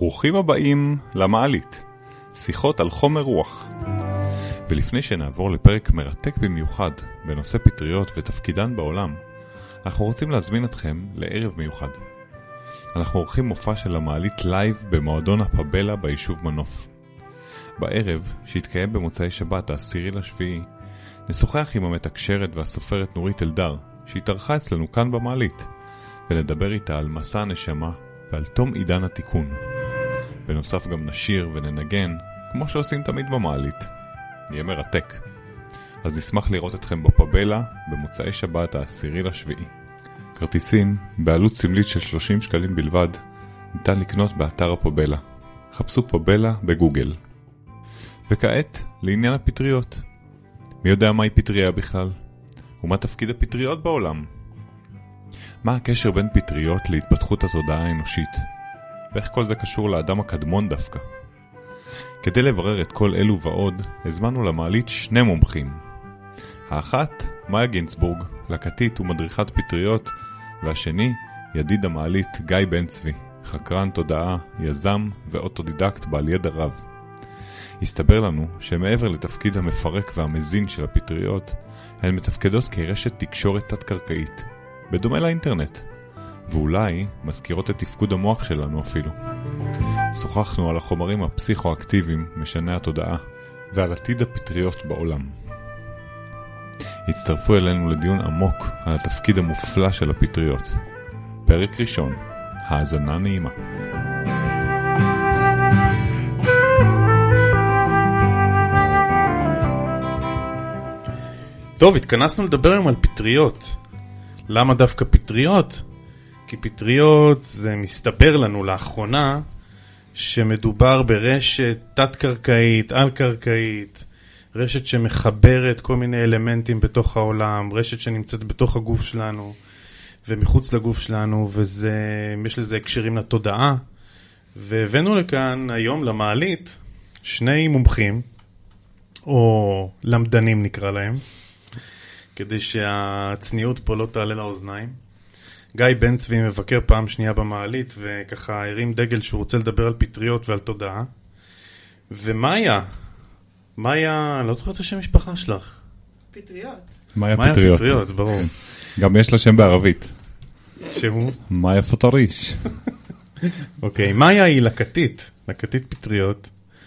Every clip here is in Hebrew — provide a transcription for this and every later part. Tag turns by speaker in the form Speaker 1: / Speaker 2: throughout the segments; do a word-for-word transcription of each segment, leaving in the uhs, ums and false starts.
Speaker 1: ברוכים הבאים למעלית, שיחות על חומר רוח. ולפני שנעבור לפרק מרתק במיוחד בנושא פטריות ותפקידן בעולם, אנחנו רוצים להזמין אתכם לערב מיוחד. אנחנו עורכים מופע של המעלית לייב במועדון הפבלה ביישוב מנוף. בערב, שהתקיים במוצאי שבת העשירי לשביעי, נשוחח עם המתקשרת והסופרת נורית אלדר, שהתארחה אצלנו כאן במעלית, ונדבר איתה על מסע הנשמה ועל תום עידן התיקון. בנוסף גם נשיר וננגן, כמו שעושים תמיד במעלית. נהיה מרתק. אז נשמח לראות אתכם בפבלה במוצאי שבת העשירי לשביעי. כרטיסים בעלות סמלית של שלושים שקלים בלבד ניתן לקנות באתר הפבלה. חפשו פבלה בגוגל. וכעת לעניין הפטריות. מי יודע מהי פטריה בכלל? ומה תפקיד הפטריות בעולם? מה הקשר בין פטריות להתפתחות התודעה האנושית? ואיך כל זה קשור לאדם הקדמון דווקא? כדי לברר את כל אלו ועוד, הזמנו למעלית שני מומחים. האחת, מאיה גינסבורג, לקטית ומדריכת פטריות, והשני, ידיד המעלית גיא בן צבי, חקרן תודעה, יזם ואוטודידקט בעל ידע רב. הסתבר לנו שמעבר לתפקיד המפרק והמזין של הפטריות, הן מתפקדות כרשת תקשורת תת-קרקעית, בדומה לאינטרנט, ואולי מזכירות את תפקוד המוח שלנו אפילו. שוחחנו על החומרים הפסיכואקטיביים משני התודעה, ועל עתיד הפטריות בעולם. הצטרפו אלינו לדיון עמוק על התפקיד המופלא של הפטריות. פרק ראשון, האזנה נעימה.
Speaker 2: טוב, התכנסנו לדבר היום על פטריות. למה דווקא פטריות? כי פטריות זה מסתבר לנו לאחרונה שמדובר ברשת תת-קרקעית, על-קרקעית, רשת שמחברת כל מיני אלמנטים בתוך העולם, רשת שנמצאת בתוך הגוף שלנו ומחוץ לגוף שלנו, ויש לזה הקשרים לתודעה. והבאנו לכאן היום למעלית שני מומחים, או למדנים נקרא להם, כדי שהצניעות פה לא תעלה לאוזניים. גיא בן צבי מבקר פעם שנייה במעלית, וככה הרים דגל שהוא רוצה לדבר על פטריות ועל תודעה. ומאיה, מאיה, אני לא זוכרת את השם משפחה שלך.
Speaker 3: פטריות.
Speaker 1: מאיה
Speaker 2: מאיה
Speaker 1: פטריות.
Speaker 2: פטריות, ברור.
Speaker 1: גם יש לה שם בערבית.
Speaker 2: שהוא?
Speaker 1: מאיה פוטריש.
Speaker 2: אוקיי, מאיה היא לקטית, לקטית פטריות.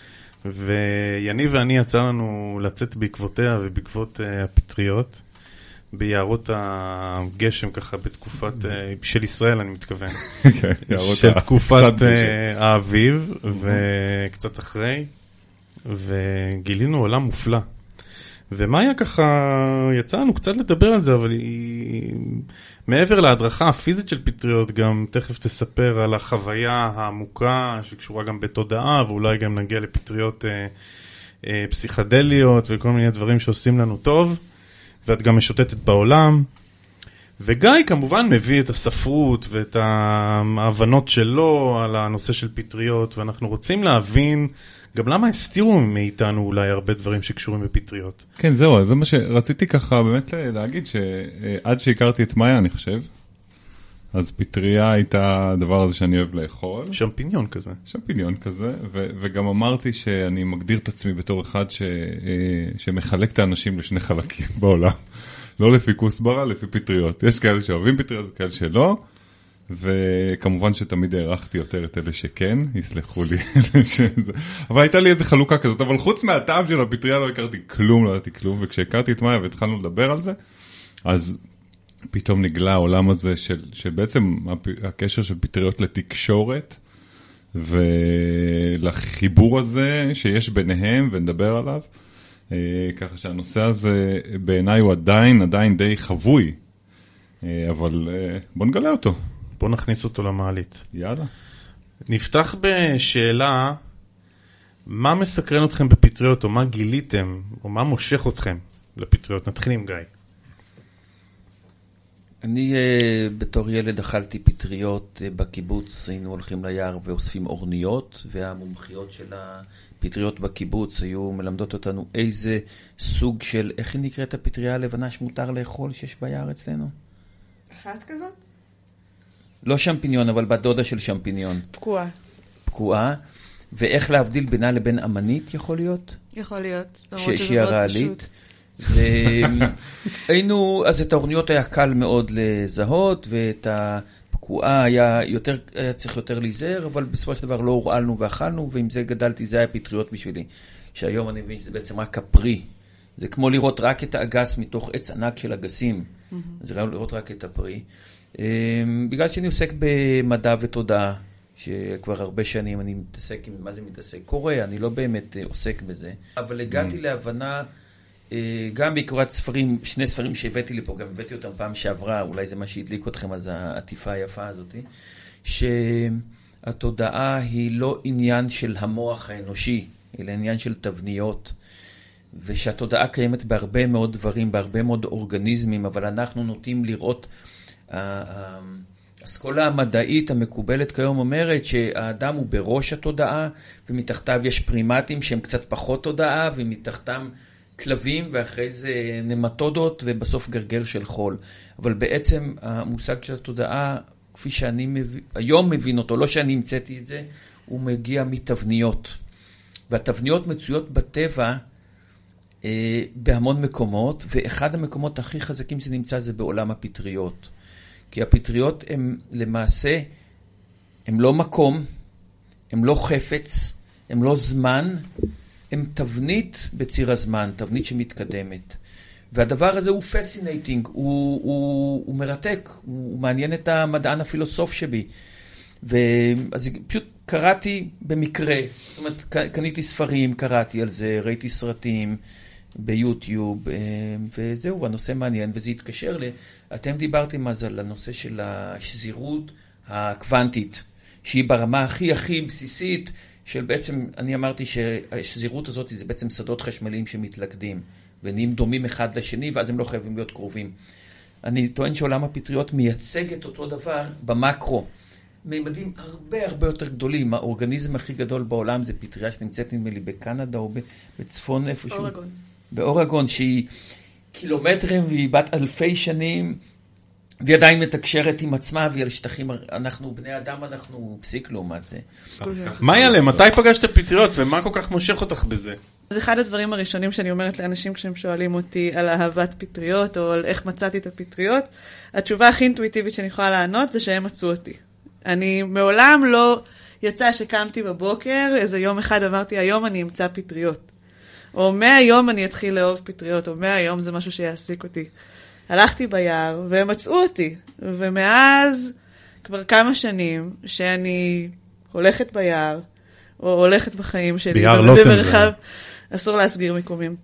Speaker 2: ויניב ואני יצא לנו לצאת בעקבותיה ובעקבות uh, הפטריות. ביערות הגשם ככה בתקופת, של ישראל אני מתכוון, של תקופת האביב וקצת אחרי, וגילינו עולם מופלא. ומאיה ככה, יצא לנו קצת לדבר על זה, אבל היא, מעבר להדרכה הפיזית של פטריות, גם תכף תספר על החוויה העמוקה שקשורה גם בתודעה, ואולי גם נגיע לפטריות אה, אה, פסיכדליות וכל מיני דברים שעושים לנו טוב. ואת גם משוטטת בעולם. וגיא כמובן מביא את הספרות ואת ההבנות שלו על הנושא של פטריות, ואנחנו רוצים להבין גם למה הסתירו מאיתנו אולי הרבה דברים שקשורים בפטריות.
Speaker 1: כן, זהו, זה מה שרציתי ככה באמת להגיד, שעד שהכרתי את מאיה, אני חושב, אז פטריה הייתה הדבר הזה שאני אוהב לאכול.
Speaker 2: שמפיניון כזה.
Speaker 1: שמפיניון כזה, ו- וגם אמרתי שאני מגדיר את עצמי בתור אחד ש- שמחלק את האנשים לשני חלקים בעולם. לא לפי כוסברה, לפי פטריות. יש כאלה שאוהבים פטריות, כאלה שלא, וכמובן שתמיד הערכתי יותר את אלה שכן, יסלחו לי. אבל הייתה לי איזו חלוקה כזאת, אבל חוץ מהטעם של הפטריה לא הכרתי כלום, לא ידעתי כלום, וכשהכרתי את מאיה והתחלנו לדבר על זה, אז פתאום נגלה העולם הזה של, של בעצם הקשר של פטריות לתקשורת, ולחיבור הזה שיש ביניהם, ונדבר עליו. ככה שהנושא הזה בעיניי הוא עדיין, עדיין די חבוי, אבל בוא נגלה אותו.
Speaker 2: בוא נכניס אותו למעלית.
Speaker 1: יאללה.
Speaker 2: נפתח בשאלה, מה מסקרן אתכם בפטריות, או מה גיליתם, או מה מושך אתכם לפטריות? נתחיל עם גיא.
Speaker 4: אני uh, בתור ילד אכלתי פטריות uh, בקיבוץ, היינו הולכים ליער ואוספים אורניות, והמומחיות של הפטריות בקיבוץ היו מלמדות אותנו איזה סוג של, איך היא נקראת הפטריה הלבנה שמותר לאכול שיש ביער אצלנו?
Speaker 3: אחת כזאת?
Speaker 4: לא שמפיניון, אבל בדודה של שמפיניון.
Speaker 3: פקוע.
Speaker 4: תקועה, ואיך להבדיל בינה לבין אמנית יכול להיות?
Speaker 3: יכול להיות.
Speaker 4: שהיא הרעלית. והיינו, אז את האורניות היה קל מאוד לזהות, ואת הפקועה היה יותר, היה צריך יותר להיזהר, אבל בסופו של דבר לא הורעלנו ואכלנו, ועם זה גדלתי, זה היה פטריות בשבילי. שהיום אני מבין שזה בעצם רק הפרי. זה כמו לראות רק את האגס מתוך עץ ענק של אגסים. זה ראינו לראות רק את הפרי. בגלל שאני עוסק במדע ותודעה, שכבר הרבה שנים אני מתעסק עם מה זה מתעסק. קורא, אני לא באמת עוסק בזה. אבל הגעתי להבנה, גם בקורת ספרים, שני ספרים שהבאתי לי פה, גם הבאתי אותם פעם שעברה, אולי זה מה שהדליק אתכם, אז העטיפה היפה הזאת, שהתודעה היא לא עניין של המוח האנושי, אלא עניין של תבניות, ושהתודעה קיימת בהרבה מאוד דברים, בהרבה מאוד אורגניזמים, אבל אנחנו נוטים לראות, האסכולה המדעית המקובלת כיום אומרת שהאדם הוא בראש התודעה, ומתחתיו יש פרימטים שהם קצת פחות תודעה, ומתחתם כלבים, ואחרי זה נמטודות, ובסוף גרגר של חול. אבל בעצם המושג של התודעה, כפי שאני מבין, היום מבין אותו, לא שאני המצאתי את זה, הוא מגיע מתבניות. והתבניות מצויות בטבע אה, בהמון מקומות, ואחד המקומות הכי חזקים שנמצא זה בעולם הפטריות. כי הפטריות הם למעשה, הם לא מקום, הם לא חפץ, הם לא זמן, הם תבנית בציר הזמן, תבנית שמתקדמת. והדבר הזה הוא פסינטינג, הוא, הוא, הוא מרתק, הוא מעניין את המדען הפילוסוף שבי. ואז פשוט קראתי במקרה, זאת אומרת, קניתי ספרים, קראתי על זה, ראיתי סרטים ביוטיוב, וזהו, הנושא מעניין, וזה התקשר לי. אתם דיברתם אז על הנושא של השזירות הקוונטית, שהיא ברמה הכי הכי בסיסית, של בעצם, אני אמרתי שהשזירות הזאת זה בעצם שדות חשמליים שמתלכדים, ונהיים דומים אחד לשני, ואז הם לא חייבים להיות קרובים. אני טוען שעולם הפטריות מייצג את אותו דבר במקרו. מימדים הרבה הרבה יותר גדולים. האורגניזם הכי גדול בעולם זה פטריה שנמצאת נדמה לי בקנדה או בצפון איפשהו.
Speaker 3: אורגון.
Speaker 4: באורגון, שהיא קילומטרים והיא בת אלפי שנים, והיא עדיין מתקשרת עם עצמה, והיא על שטחים, אנחנו בני אדם, אנחנו פסיק לעומת זה.
Speaker 2: מה יעלה? מתי פגשת פטריות ומה כל כך מושך אותך בזה?
Speaker 3: זה אחד הדברים הראשונים שאני אומרת לאנשים כשהם שואלים אותי על אהבת פטריות או על איך מצאתי את הפטריות. התשובה הכי אינטואיטיבית שאני יכולה לענות זה שהם מצאו אותי. אני מעולם לא יצא שקמתי בבוקר, איזה יום אחד אמרתי, היום אני אמצא פטריות. או מהיום אני אתחיל לאהוב פטריות, או מהיום זה משהו שיעסיק אותי. הלכתי ביער והם מצאו אותי. ומאז כבר כמה שנים שאני הולכת ביער, או הולכת בחיים שלי.
Speaker 2: ביער לא תנזר.
Speaker 3: אסור להסגיר מיקומים.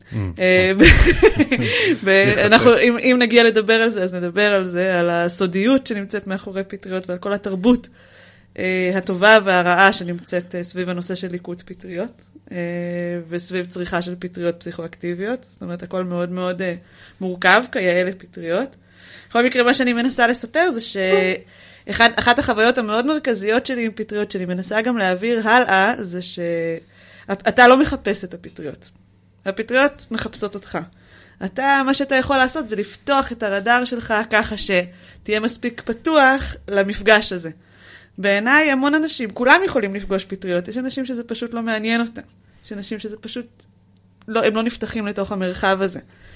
Speaker 3: אם נגיע לדבר על זה, אז נדבר על זה, על הסודיות שנמצאת מאחורי פטריות, ועל כל התרבות הטובה והרעה שנמצאת סביב הנושא של ליקוט פטריות, וסביב צריכה של פטריות פסיכואקטיביות. זאת אומרת, הכל מאוד מאוד מורכב, כיאה לפטריות. בכל מקרה, מה שאני מנסה לספר זה שאחת החוויות המאוד מרכזיות שלי עם פטריות, שאני מנסה גם להעביר הלאה, זה ש... אתה לא מחפש את הפטריות. הפטריות מחפשות אותך. אתה, מה שאתה יכול לעשות זה לפתוח את הרדאר שלך ככה שתהיה מספיק פתוח למפגש הזה. בעיניי המון אנשים, כולם יכולים לפגוש פטריות. יש אנשים שזה פשוט לא מעניין אותם. יש אנשים שזה פשוט, לא, הם לא נפתחים לתוך המרחב הזה.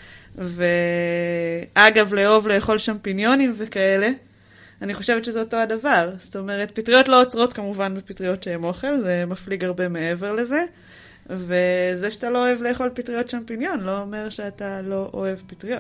Speaker 3: ואגב, לאהוב לאכול שמפיניונים וכאלה, אני חושבת שזה אותו הדבר. זאת אומרת, פטריות לא עוצרות כמובן בפטריות שהן אוכל, זה מפליג הרבה מעבר לזה. וזה שאתה לא אוהב לאכול פטריות שמפיניון, לא אומר שאתה לא אוהב פטריות.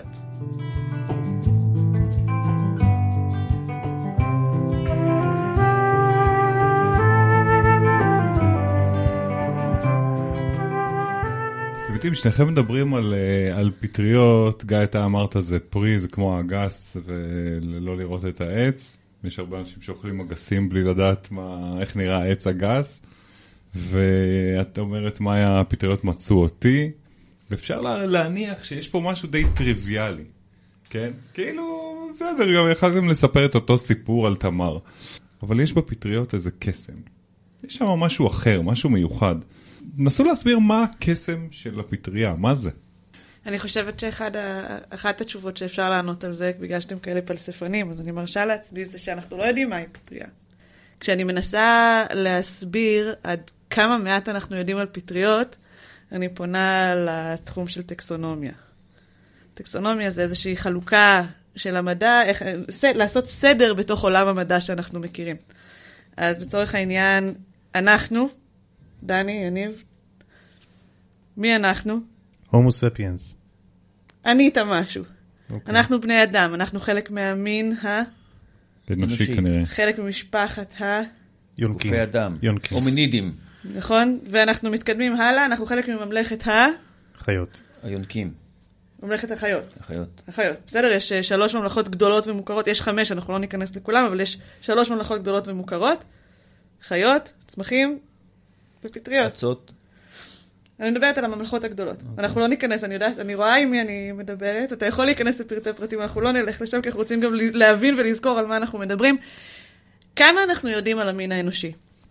Speaker 1: אתם יודעים, שניכם מדברים על, על פטריות, גיא, אתה אמרת זה פרי, זה כמו האגס, ולא לראות את העץ. יש הרבה אנשים שאוכלים אגסים בלי לדעת מה, איך נראה העץ אגס. ואת אומרת מה הפטריות מצאו אותי, ואפשר לה, להניח שיש פה משהו די טריוויאלי, כן? כאילו, בסדר, גם יכלתם לספר את אותו סיפור על תמר. אבל יש בפטריות איזה קסם. יש שם משהו אחר, משהו מיוחד. נסו להסביר מה הקסם של הפטריה, מה זה?
Speaker 3: אני חושבת שאחת התשובות שאפשר לענות על זה, בגלל שאתם כאלה פלספנים, אז אני מרשה לעצמי זה שאנחנו לא יודעים מהי פטריה. כשאני מנסה להסביר עד כמה מעט אנחנו יודעים על פטריות, אני פונה לתחום של טקסונומיה. טקסונומיה זה איזושהי חלוקה של המדע, איך, לעשות סדר בתוך עולם המדע שאנחנו מכירים. אז לצורך העניין, אנחנו, דני, יניב, מי אנחנו?
Speaker 2: הומו ספיאנס.
Speaker 3: ענית משהו.
Speaker 2: Okay.
Speaker 3: אנחנו בני אדם, אנחנו חלק מהמין ה...
Speaker 1: אנושי כנראה.
Speaker 3: חלק ממשפחת ה...
Speaker 2: יונקים.
Speaker 4: גופי אדם.
Speaker 2: יונקים.
Speaker 4: הומינידים.
Speaker 3: נכון? ואנחנו מתקדמים הלאה, אנחנו חלק מממלכת ה...
Speaker 2: חיות.
Speaker 4: היונקים.
Speaker 3: ממלכת החיות.
Speaker 4: החיות.
Speaker 3: החיות. בסדר, יש שלוש ממלכות גדולות ומוכרות, יש חמש, אנחנו לא ניכנס לכולם, אבל יש שלוש ממלכות גדולות ומוכרות. חיות, צמחים ופטריות.
Speaker 4: אצות.
Speaker 3: אני מדברת על הממלכות הגדולות. Okay. אנחנו לא ניכנס, אני יודעת, אני רואה עם מי אני מדברת, אתה יכול להיכנס לפרטי פרטים, אנחנו לא נלך לשם, כי אנחנו רוצים גם להבין ולזכור על מה אנחנו מדברים. כמה אנחנו יודעים על המין האנושי?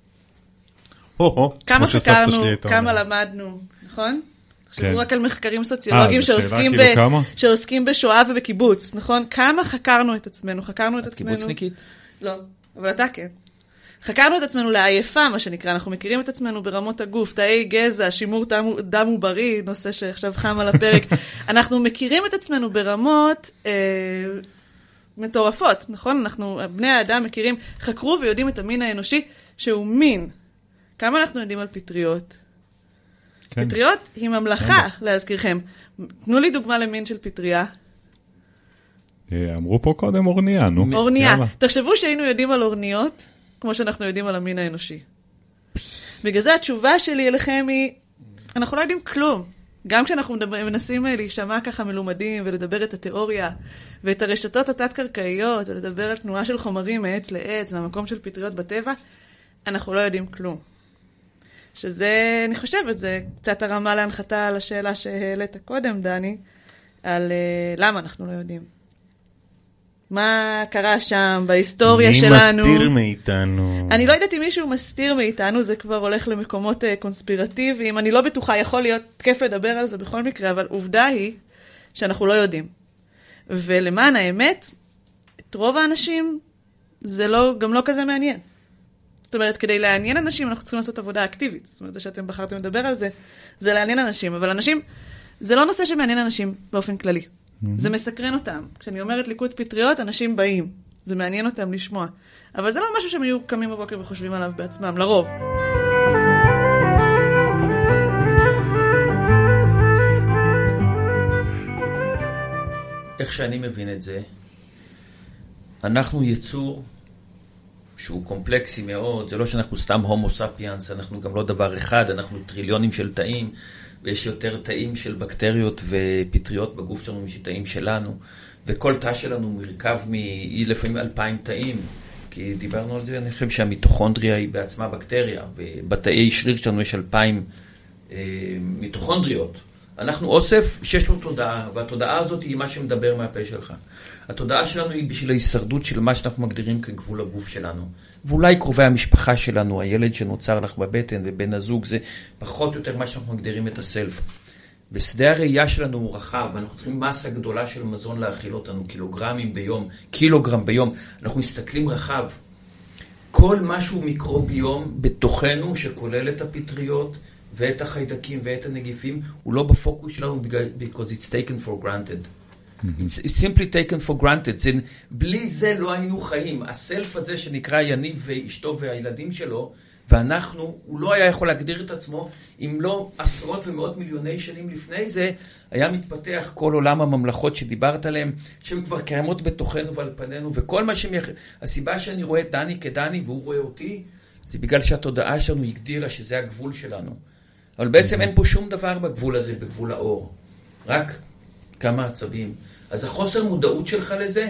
Speaker 3: כמה חקרנו, כמה למדנו, נכון? חשבו רק על מחקרים סוציולוגיים שעוסקים בשואה ובקיבוץ, נכון? כמה חקרנו את עצמנו? חקרנו את עצמנו...
Speaker 4: את קיבוצניקית?
Speaker 3: לא, אבל אתה כן. חקרנו את עצמנו לעייפה, מה שנקרא, אנחנו מכירים את עצמנו ברמות הגוף, תאי גזע, שימור דם ובריא, נושא שעכשיו חם על הפרק. אנחנו מכירים את עצמנו ברמות אה, מטורפות, נכון? אנחנו, בני האדם מכירים, חקרו ויודעים את המין האנושי שהוא מין. כמה אנחנו יודעים על פטריות? כן. פטריות היא ממלכה, כן. להזכירכם. תנו לי דוגמה למין של פטריה.
Speaker 1: אמרו פה קודם אורניה, נו.
Speaker 3: אורניה. יאללה. תחשבו שהיינו יודעים על אורניות, כמו שאנחנו יודעים על המין האנושי. בגלל זה התשובה שלי אליכם היא, אנחנו לא יודעים כלום. גם כשאנחנו מנסים להישמע ככה מלומדים ולדבר את התיאוריה ואת הרשתות התת-קרקעיות ולדבר על תנועה של חומרים מעץ לעץ מהמקום של פטריות בטבע, אנחנו לא יודעים כלום. שזה, אני חושבת, זה קצת הרמה להנחתה על השאלה שהעלית קודם, דני, על uh, למה אנחנו לא יודעים. מה קרה שם בהיסטוריה
Speaker 2: מי
Speaker 3: שלנו?
Speaker 2: מי מסתיר מאיתנו?
Speaker 3: אני לא יודעת אם מישהו מסתיר מאיתנו, זה כבר הולך למקומות uh, קונספירטיביים. אני לא בטוחה, יכול להיות כיף לדבר על זה בכל מקרה, אבל עובדה היא שאנחנו לא יודעים. ולמען האמת, את רוב האנשים זה לא, גם לא כזה מעניין. זאת אומרת, כדי לעניין אנשים, אנחנו צריכים לעשות עבודה אקטיבית. זאת אומרת, זה שאתם בחרתם לדבר על זה, זה לעניין אנשים. אבל אנשים, זה לא נושא שמעניין אנשים באופן כללי. Mm-hmm. זה מסקרן אותם. כשאני אומרת ליקוט פטריות, אנשים באים. זה מעניין אותם לשמוע. אבל זה לא משהו שהם יהיו קמים בבוקר וחושבים עליו בעצמם, לרוב.
Speaker 4: איך שאני מבין את זה, אנחנו יצור שהוא קומפלקסי מאוד, זה לא שאנחנו סתם הומו ספיאנס, אנחנו גם לא דבר אחד, אנחנו טריליונים של תאים, ויש יותר תאים של בקטריות ופטריות בגוף שלנו משתאים שלנו, וכל תא שלנו מרכב מלפעמים אלפיים תאים, כי דיברנו על זה, אני חושב שהמיטוכונדריה היא בעצמה בקטריה, ובתאי שריר שלנו יש אלפיים אה, מיטוכונדריות. אנחנו אוסף שיש לו תודעה, והתודעה הזאת היא מה שמדבר מהפה שלך. התודעה שלנו היא בשביל ההישרדות של מה שאנחנו מגדירים כגבול הגוף שלנו. ואולי קרובי המשפחה שלנו, הילד שנוצר לך בבטן ובן הזוג, זה פחות או יותר מה שאנחנו מגדירים את הסלף. ושדה הראייה שלנו הוא רחב, ואנחנו צריכים מסה גדולה של מזון להאכיל אותנו, קילוגרמים ביום, קילוגרם ביום. אנחנו מסתכלים רחב. כל משהו מיקרוביום בתוכנו שכולל את הפטריות, ואת החיידקים ואת הנגיפים, הוא לא בפוקוס שלנו, because it's taken for granted. It's, it's simply taken for granted. זה, בלי זה לא היינו חיים. הסלף הזה שנקרא יניב ואשתו והילדים שלו, ואנחנו, הוא לא היה יכול להגדיר את עצמו, אם לא עשרות ומאות מיליוני שנים לפני זה, היה מתפתח כל עולם הממלכות שדיברת עליהם, שהן כבר קיימות בתוכנו ועל פנינו, וכל מה שמייח... הסיבה שאני רואה את דני כדני והוא רואה אותי, זה בגלל שהתודעה שלנו הגדירה שזה הגבול שלנו. אבל בעצם אין פה שום דבר בגבול הזה, בגבול האור. רק כמה עצבים. אז החוסר מודעות שלך לזה,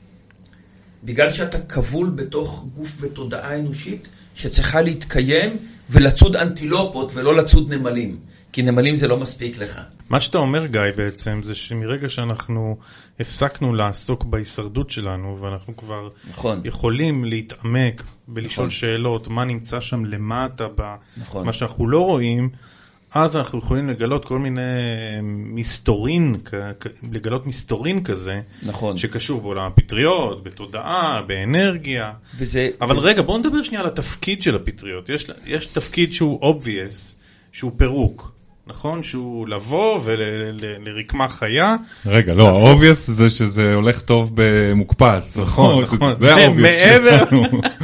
Speaker 4: בגלל שאתה כבול בתוך גוף ותודעה אנושית, שצריכה להתקיים ולצוד אנטילופות ולא לצוד נמלים. כי נמלים זה לא מספיק לך.
Speaker 2: מה שאתה אומר, גיא, בעצם, זה שמרגע שאנחנו הפסקנו לעסוק בהישרדות שלנו, ואנחנו כבר
Speaker 4: נכון.
Speaker 2: יכולים להתעמק ולשאול
Speaker 4: נכון.
Speaker 2: שאלות, מה נמצא שם למטה,
Speaker 4: נכון.
Speaker 2: מה שאנחנו לא רואים, אז אנחנו יכולים לגלות כל מיני מסתורין, לגלות מסתורין כזה,
Speaker 4: נכון.
Speaker 2: שקשור בעולם הפטריות, בתודעה, באנרגיה.
Speaker 4: וזה,
Speaker 2: אבל
Speaker 4: וזה...
Speaker 2: רגע, בואו נדבר שנייה על התפקיד של הפטריות. יש, יש תפקיד שהוא obvious, שהוא פירוק, נכון? שהוא לבוא ולרקמה חיה.
Speaker 1: רגע, לא, האובייס זה שזה הולך טוב במוקפץ.
Speaker 2: נכון, נכון.
Speaker 1: זה האובייס שלנו.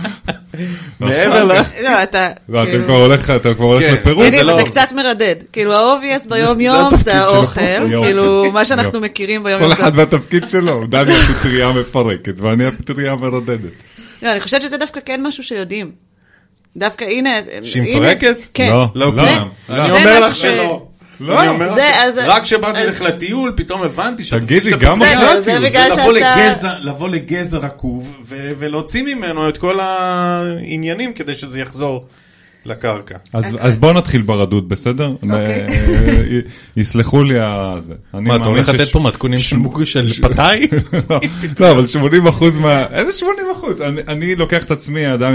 Speaker 2: מעבר ל...
Speaker 3: לא, אתה...
Speaker 1: לא, אתה כבר הולך, אתה כבר הולך לפירוט.
Speaker 3: יניב, אתה קצת מרדד. כאילו, האובייס ביום יום זה האוכל. כאילו, מה שאנחנו מכירים ביום יום.
Speaker 1: כל אחד והתפקיד שלו. דני הפטריה מפרקת, ואני הפטריה מרדדת.
Speaker 3: לא, אני חושבת שזה דווקא כן משהו שיודעים. דווקא, הנה...
Speaker 2: שהיא מפרקת?
Speaker 3: כן.
Speaker 1: לא,
Speaker 2: לא
Speaker 1: לא.
Speaker 2: כולם. אני אומר לך שלא. אני אומר לך, רק כשבאתי לך לטיול, פתאום הבנתי
Speaker 1: תגידי, גם
Speaker 3: אחרי זה בגלל
Speaker 2: שאתה... לבוא לגזר עקוב, ולהוציא ממנו את כל העניינים, כדי שזה יחזור לקרקע.
Speaker 1: אז בואו נתחיל ברדות, בסדר? יסלחו לי זה.
Speaker 2: מה, אתה הולך לתת פה מתכונים של פתאי?
Speaker 1: לא, אבל שמונים אחוז מה... איזה שמונים אחוז? אני לוקח את עצמי, האדם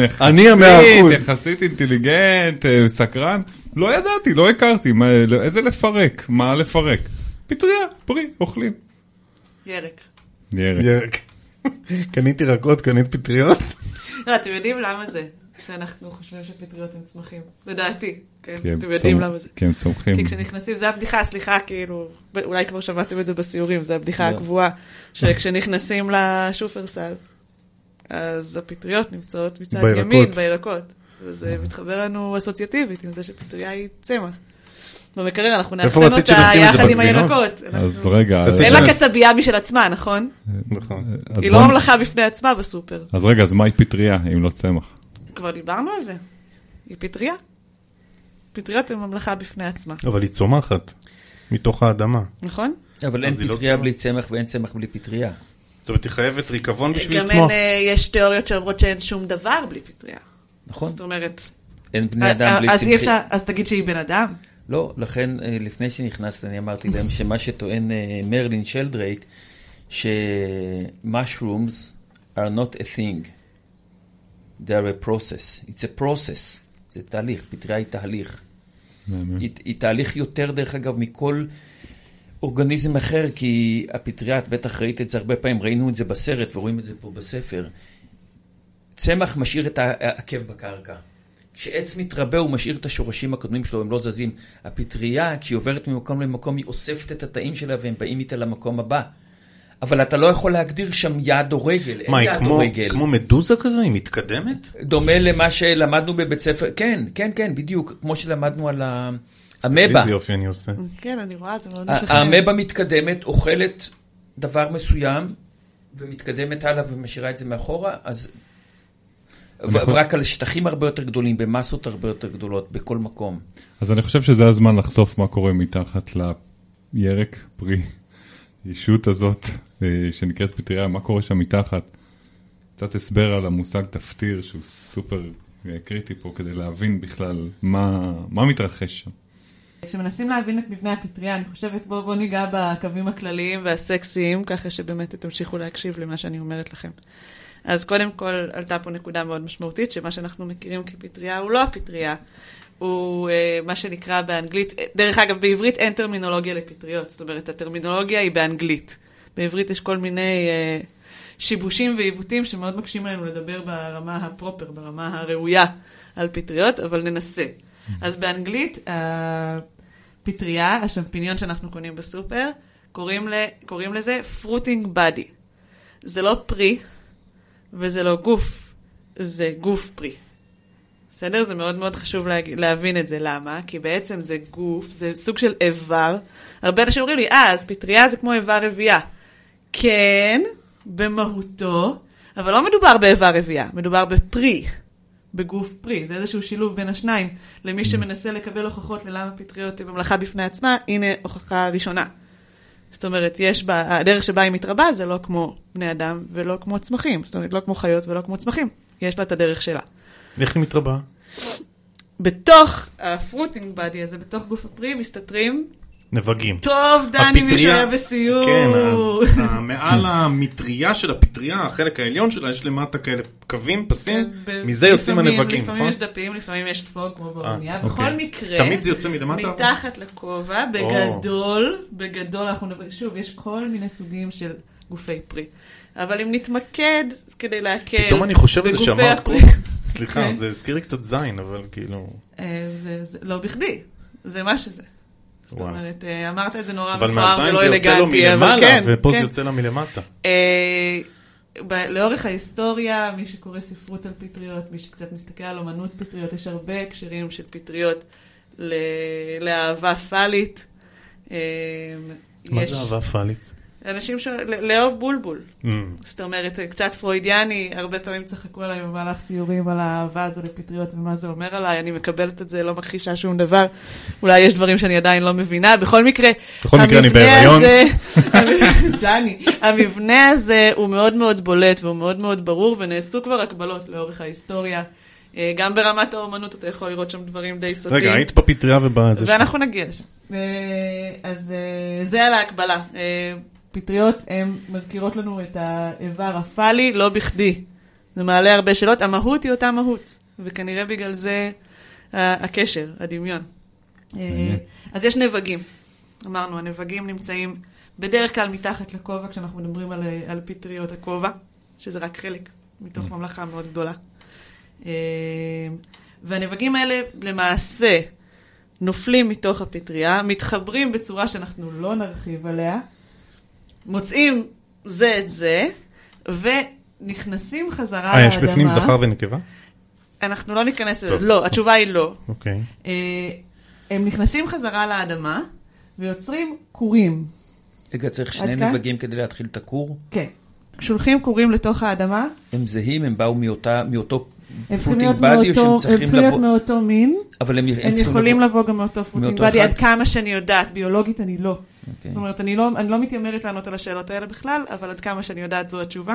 Speaker 1: יחסית אינטליגנט, סקרן. לא ידעתי, לא הכרתי. איזה לפרק? מה לפרק? פטריה, פרי, אוכלים.
Speaker 3: ירק.
Speaker 1: ירק.
Speaker 2: קניתי ירקות, קנית פטריות?
Speaker 3: לא, אתם יודעים למה זה? שאנחנו חושבים שפטריות הם צמחים. לדעתי, כן? אתם יודעים למה זה.
Speaker 1: כי הם צומחים.
Speaker 3: כי כשנכנסים, זה הבדיחה, סליחה, כאילו, אולי כבר שמעתם את זה בסיורים, זה הבדיחה הקבועה, שכשנכנסים לשופרסל, אז הפטריות נמצאות מצד ימין בירקות. וזה מתחבר לנו אסוציאטיבית עם זה שפטריה היא צמח. במקרר אנחנו נאחסן אותה יחד עם הירקות.
Speaker 1: אז רגע...
Speaker 3: אין לה קצבייה משל עצמה, נכון?
Speaker 2: נכון.
Speaker 3: היא לא ממלכה בפני עצמה בסופר.
Speaker 1: אז רגע, אז מהי פטריה אם לא צמח?
Speaker 3: כבר דיברנו על זה. היא פטריה. פטריות הן ממלכה בפני עצמה.
Speaker 2: אבל היא צומחת מתוך האדמה.
Speaker 3: נכון?
Speaker 4: אבל אין פטריה בלי צמח ואין צמח בלי פטריה.
Speaker 2: זאת אומרת, היא חייבת ריקבון בשביל לצמוח.
Speaker 3: גם יש תיאוריות שאומרות שאין שום דבר בלי פטריה.
Speaker 4: נכון.
Speaker 3: זאת אומרת...
Speaker 4: אין בני אדם בלי צמחי.
Speaker 3: אז תגיד שהיא בן אדם.
Speaker 4: לא, לכן לפני שנכנסת אני אמרתי להם שמה שטוען מרלין שלדרייק, ש-mushrooms are not a thing. They are a process. It's a process. זה תהליך. פטריה היא תהליך. היא, היא תהליך יותר דרך אגב מכל אורגניזם אחר, כי הפטריה, את בטח ראית את זה הרבה פעמים, ראינו את זה בסרט ורואים את זה פה בספר. צמח משאיר את העקב בקרקע. כשעץ מתרבה הוא משאיר את השורשים הקודמים שלו, הם לא זזים. הפטריה, כשהיא עוברת ממקום למקום, היא אוספת את התאים שלה והם באים איתה למקום הבא. אבל אתה לא יכול להגדיר שם יד או רגל.
Speaker 2: מה, היא כמו, כמו מדוזה כזה? היא מתקדמת?
Speaker 4: דומה למה שלמדנו בבית ספר. כן, כן, כן, בדיוק. כמו שלמדנו על האמבה.
Speaker 2: איזה יופי אני עושה.
Speaker 3: כן, אני רואה, זה מאוד משכנע.
Speaker 4: האמבה מתקדמת, אוכלת דבר מסוים, ומתקדמת הלאה ומשאירה את זה מאחורה, אז... ורק על שטחים הרבה יותר גדולים, במסות הרבה יותר גדולות, בכל מקום.
Speaker 1: אז אני חושב שזה הזמן לחשוף מה קורה מתחת לירק, פרי, ישות הזאת, שנקראת פטריה, מה קורה שם מתחת. קצת הסבר על המושג תפטיר, שהוא סופר קריטי פה, כדי להבין בכלל מה, מה מתרחש שם.
Speaker 3: כשמנסים להבין את מבנה הפטריה, אני חושבת בואו בוא ניגע בקווים הכלליים והסקסיים, ככה שבאמת תמשיכו להקשיב למה שאני אומרת לכם. אז קודם כל עלתה פה נקודה מאוד משמעותית, שמה שאנחנו מכירים כפטריה הוא לא הפטריה, הוא אה, מה שנקרא באנגלית, דרך אגב בעברית אין טרמינולוגיה לפטריות, זאת אומרת הטרמינולוגיה היא באנגלית. בעברית יש כל מיני אה, שיבושים ועיוותים שמאוד מקשים עלינו לדבר ברמה הפרופר, ברמה הראויה על פטריות, אבל ננסה. אז באנגלית הפטריה, השמפיניון שאנחנו קונים בסופר, קוראים, ל, קוראים לזה fruiting body. זה לא פרי, וזה לא גוף, זה גוף פרי. בסדר? זה מאוד מאוד חשוב להג... להבין את זה. למה? כי בעצם זה גוף, זה סוג של איבר. הרבה אנשים אומרים לי, אה, אז פטריה זה כמו איבר רבייה. כן, במהותו, אבל לא מדובר באיבר רבייה, מדובר בפרי, בגוף פרי. זה איזשהו שילוב בין השניים. למי שמנסה לקבל הוכחות ללמה פטריות היא ממלכה בפני עצמה, הנה הוכחה ראשונה. זאת אומרת, יש בה, הדרך שבה היא מתרבה זה לא כמו בני אדם ולא כמו צמחים. זאת אומרת, לא כמו חיות ולא כמו צמחים. יש לה את הדרך שלה.
Speaker 2: איך היא מתרבה?
Speaker 3: בתוך הפרוטינג בדי הזה, בתוך גוף הפרי, מסתתרים
Speaker 2: נבגים.
Speaker 3: טוב, דני, מי שהיה בסיור.
Speaker 2: כן, מעל המטריה של הפטריה, החלק העליון שלה, יש למטה כאלה קווים, פסים, מזה יוצאים הנבגים.
Speaker 3: לפעמים יש דפים, לפעמים יש ספוג כמו באונייה. בכל מקרה,
Speaker 2: תמיד זה יוצא מלמטה?
Speaker 3: מתחת לכובע, בגדול, בגדול, אנחנו נדבר, שוב, יש כל מיני סוגים של גופי פרי. אבל אם נתמקד כדי להקל,
Speaker 2: פתאום אני חושב את זה שאמרת כובע. סליחה, זה הזכיר לי קצת זין, אבל כאילו...
Speaker 3: זה לא בכדי, זה מה שזה. זאת אומרת, אמרת את זה נורא
Speaker 2: מכוער
Speaker 3: ולא אלגנטי.
Speaker 2: אבל מהזין זה יוצא לו מלמעלה, ופה זה יוצא לו מלמטה.
Speaker 3: לאורך ההיסטוריה, מי שקורא ספרות על פטריות, מי שקצת מסתכל על אומנות פטריות, יש הרבה הקשרים של פטריות לאהבה פלית.
Speaker 2: מה זה אהבה פלית?
Speaker 3: אנשים ש... לאהוב בולבול. Mm. זאת אומרת, קצת פרוידיאני, הרבה פעמים צחקו עליי במהלך סיורים על האהבה הזו לפטריות ומה זה אומר עליי, אני מקבלת את זה, לא מכחישה שום דבר. אולי יש דברים שאני עדיין לא מבינה. בכל מקרה,
Speaker 2: בכל מקרה אני בהיריון.
Speaker 3: דני, המבנה הזה הוא מאוד מאוד בולט והוא מאוד מאוד ברור, ונעשו כבר הקבלות לאורך ההיסטוריה. גם ברמת האומנות אתה יכול לראות שם דברים די סוטים.
Speaker 2: רגע, היית בפטריה ובזה.
Speaker 3: ואנחנו נגיע לשם. אז זה על ההקבלה. פטריות הן מזכירות לנו את האיבר הפלי, לא בכדי. זה מעלה הרבה שאלות. המהות היא אותה מהות, וכנראה בגלל זה הקשר, הדמיון. אז יש נבגים. אמרנו, הנבגים נמצאים בדרך כלל מתחת לכובע, כשאנחנו מדברים על, על פטריות הכובע, שזה רק חלק מתוך ממלכה מאוד גדולה. והנבגים האלה למעשה נופלים מתוך הפטריה, מתחברים בצורה שאנחנו לא נרחיב עליה, מוצאים זה את זה, ונכנסים חזרה לאדמה.
Speaker 2: אה, יש בפנים זכר ונקבה?
Speaker 3: אנחנו לא ניכנס לזה. לא, התשובה היא לא.
Speaker 2: אוקיי.
Speaker 3: הם נכנסים חזרה לאדמה, ויוצרים קורים.
Speaker 4: רגע, צריך שני נבגים כדי להתחיל את הקור?
Speaker 3: כן. שולחים קורים לתוך האדמה.
Speaker 4: הם זהים, הם באו מאותו
Speaker 3: הם צריכים להיות מאותו מין.
Speaker 4: אבל הם
Speaker 3: יכולים לבוא גם מאותו פרוטין בדי, עד כמה שאני יודעת, ביולוגית אני לא. זאת אומרת, אני לא מתיימרת לענות על השאלות האלה בכלל, אבל עד כמה שאני יודעת זו התשובה.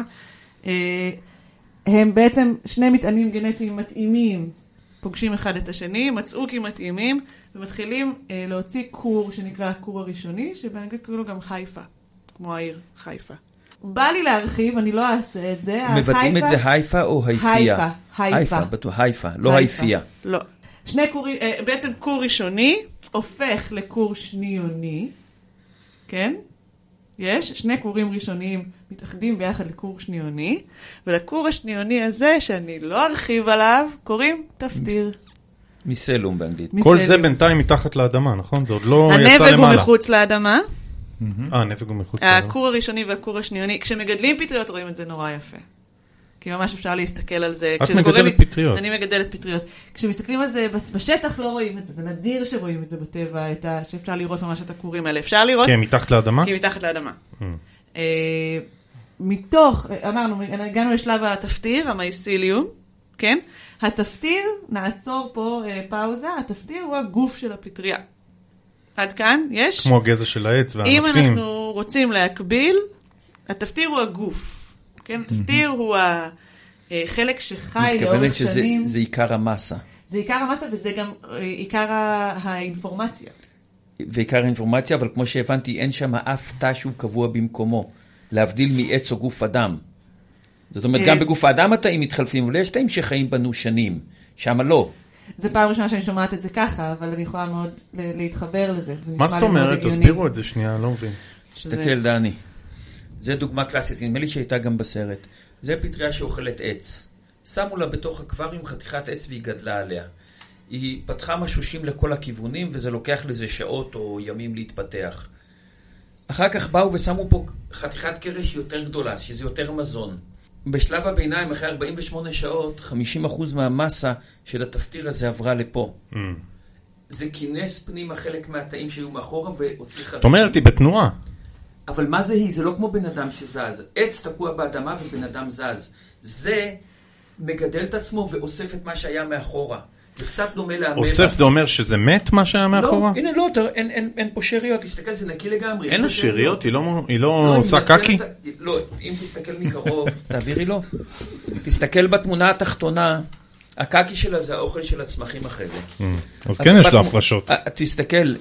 Speaker 3: הם בעצם שני מטענים גנטיים מתאימים, פוגשים אחד את השני, מצאו כי מתאימים, ומתחילים להוציא קור שנקרא הקור הראשוני, שבאנגלית קוראים לו גם חיפה, כמו העיר חיפה. בא לי להרחיב, אני לא אעשה את זה.
Speaker 4: מבטאים את זה חיפה או היפיה?
Speaker 3: חיפה, חיפה.
Speaker 4: חיפה, בטוח, חיפה, לא היפיה.
Speaker 3: לא. שני קורים, בעצם קור ראשוני הופך לקור שניוני, כן? יש שני קורים ראשוניים מתאחדים ביחד לקור שניוני, ולקור השניוני הזה, שאני לא ארחיב עליו, קוראים תפטיר.
Speaker 4: מסלום באנגלית.
Speaker 2: כל זה בינתיים מתחת לאדמה, נכון? זה עוד לא יצא למעלה.
Speaker 3: הנבג הוא מחוץ לאדמה.
Speaker 2: אה, הנבג הוא מחוץ לאדמה.
Speaker 3: הקור הראשוני והקור השניוני, כשמגדלים פטריות רואים את זה נורא יפה. כי ממש אפשר להסתכל על זה.
Speaker 2: את מגדלת פטריות.
Speaker 3: אני מגדלת פטריות. כשמסתכלים על זה בשטח לא רואים את זה. זה נדיר שרואים את זה בטבע, שאפשר לראות ממש את הקורים האלה. אפשר לראות?
Speaker 2: כן, מתחת לאדמה?
Speaker 3: כי מתחת לאדמה. מתוך, אמרנו, הגענו לשלב התפטיר, המייסיליום, כן? התפטיר, נעצור פה פאוזה, התפטיר הוא הגוף של הפטריה. עד כאן, יש?
Speaker 2: כמו הגזע של העץ והענפים.
Speaker 3: אם אנחנו רוצים להקביל, התפטיר הוא הגוף. כן, התפטיר הוא החלק שחי לאורך שנים.
Speaker 4: זה עיקר המסה.
Speaker 3: זה עיקר המסה וזה גם עיקר האינפורמציה.
Speaker 4: ועיקר האינפורמציה, אבל כמו שהבנתי, אין שם אף תא שהוא קבוע במקומו, להבדיל מעץ או גוף אדם. זאת אומרת, גם בגוף האדם התאים מתחלפים, אבל יש תאים שחיים בנו שנים, שם לא.
Speaker 3: זה פעם ראשונה שאני שומעת את זה ככה, אבל אני יכולה מאוד להתחבר לזה.
Speaker 2: מה זאת אומרת? תסבירו את זה שנייה, לא מבין.
Speaker 4: תסתכל, דני. זה דוגמה קלאסית, נדמה לי שהייתה גם בסרט. זה פטריה שאוכלת עץ. שמו לה בתוך הקווריום חתיכת עץ והיא גדלה עליה. היא פתחה משושים לכל הכיוונים, וזה לוקח לזה שעות או ימים להתפתח. אחר כך באו ושמו פה חתיכת קרש יותר גדולה, שזה יותר מזון. בשלב הביניים, אחרי ארבעים ושמונה שעות, חמישים אחוז מהמסה של התפטיר הזה עברה לפה. Mm. זה כינס פנימה חלק מהתאים שהיו מאחורה והוציא חלק.
Speaker 2: זאת אומרת, היא בתנועה.
Speaker 4: אבל מה זה היא? זה לא כמו בן אדם שזז. עץ תקוע באדמה ובן אדם זז. זה מגדל את עצמו ואוסף את מה שהיה מאחורה. זה קצת דומה לאמבה.
Speaker 2: אוסף זה אומר שזה מת מה שהיה מאחורה?
Speaker 4: לא, הנה לא, אין, אין, אין פה שאריות. תסתכל, זה נקי לגמרי.
Speaker 2: אין לה שאריות? היא לא, היא לא עושה קקי?
Speaker 4: לא, אם תסתכל מקרוב, תעבירי לו. תסתכל בתמונה התחתונה, הקקי שלה זה האוכל של הצמחים אחרי זה.
Speaker 2: אז כן יש לה הפרשות.
Speaker 4: תסתכל,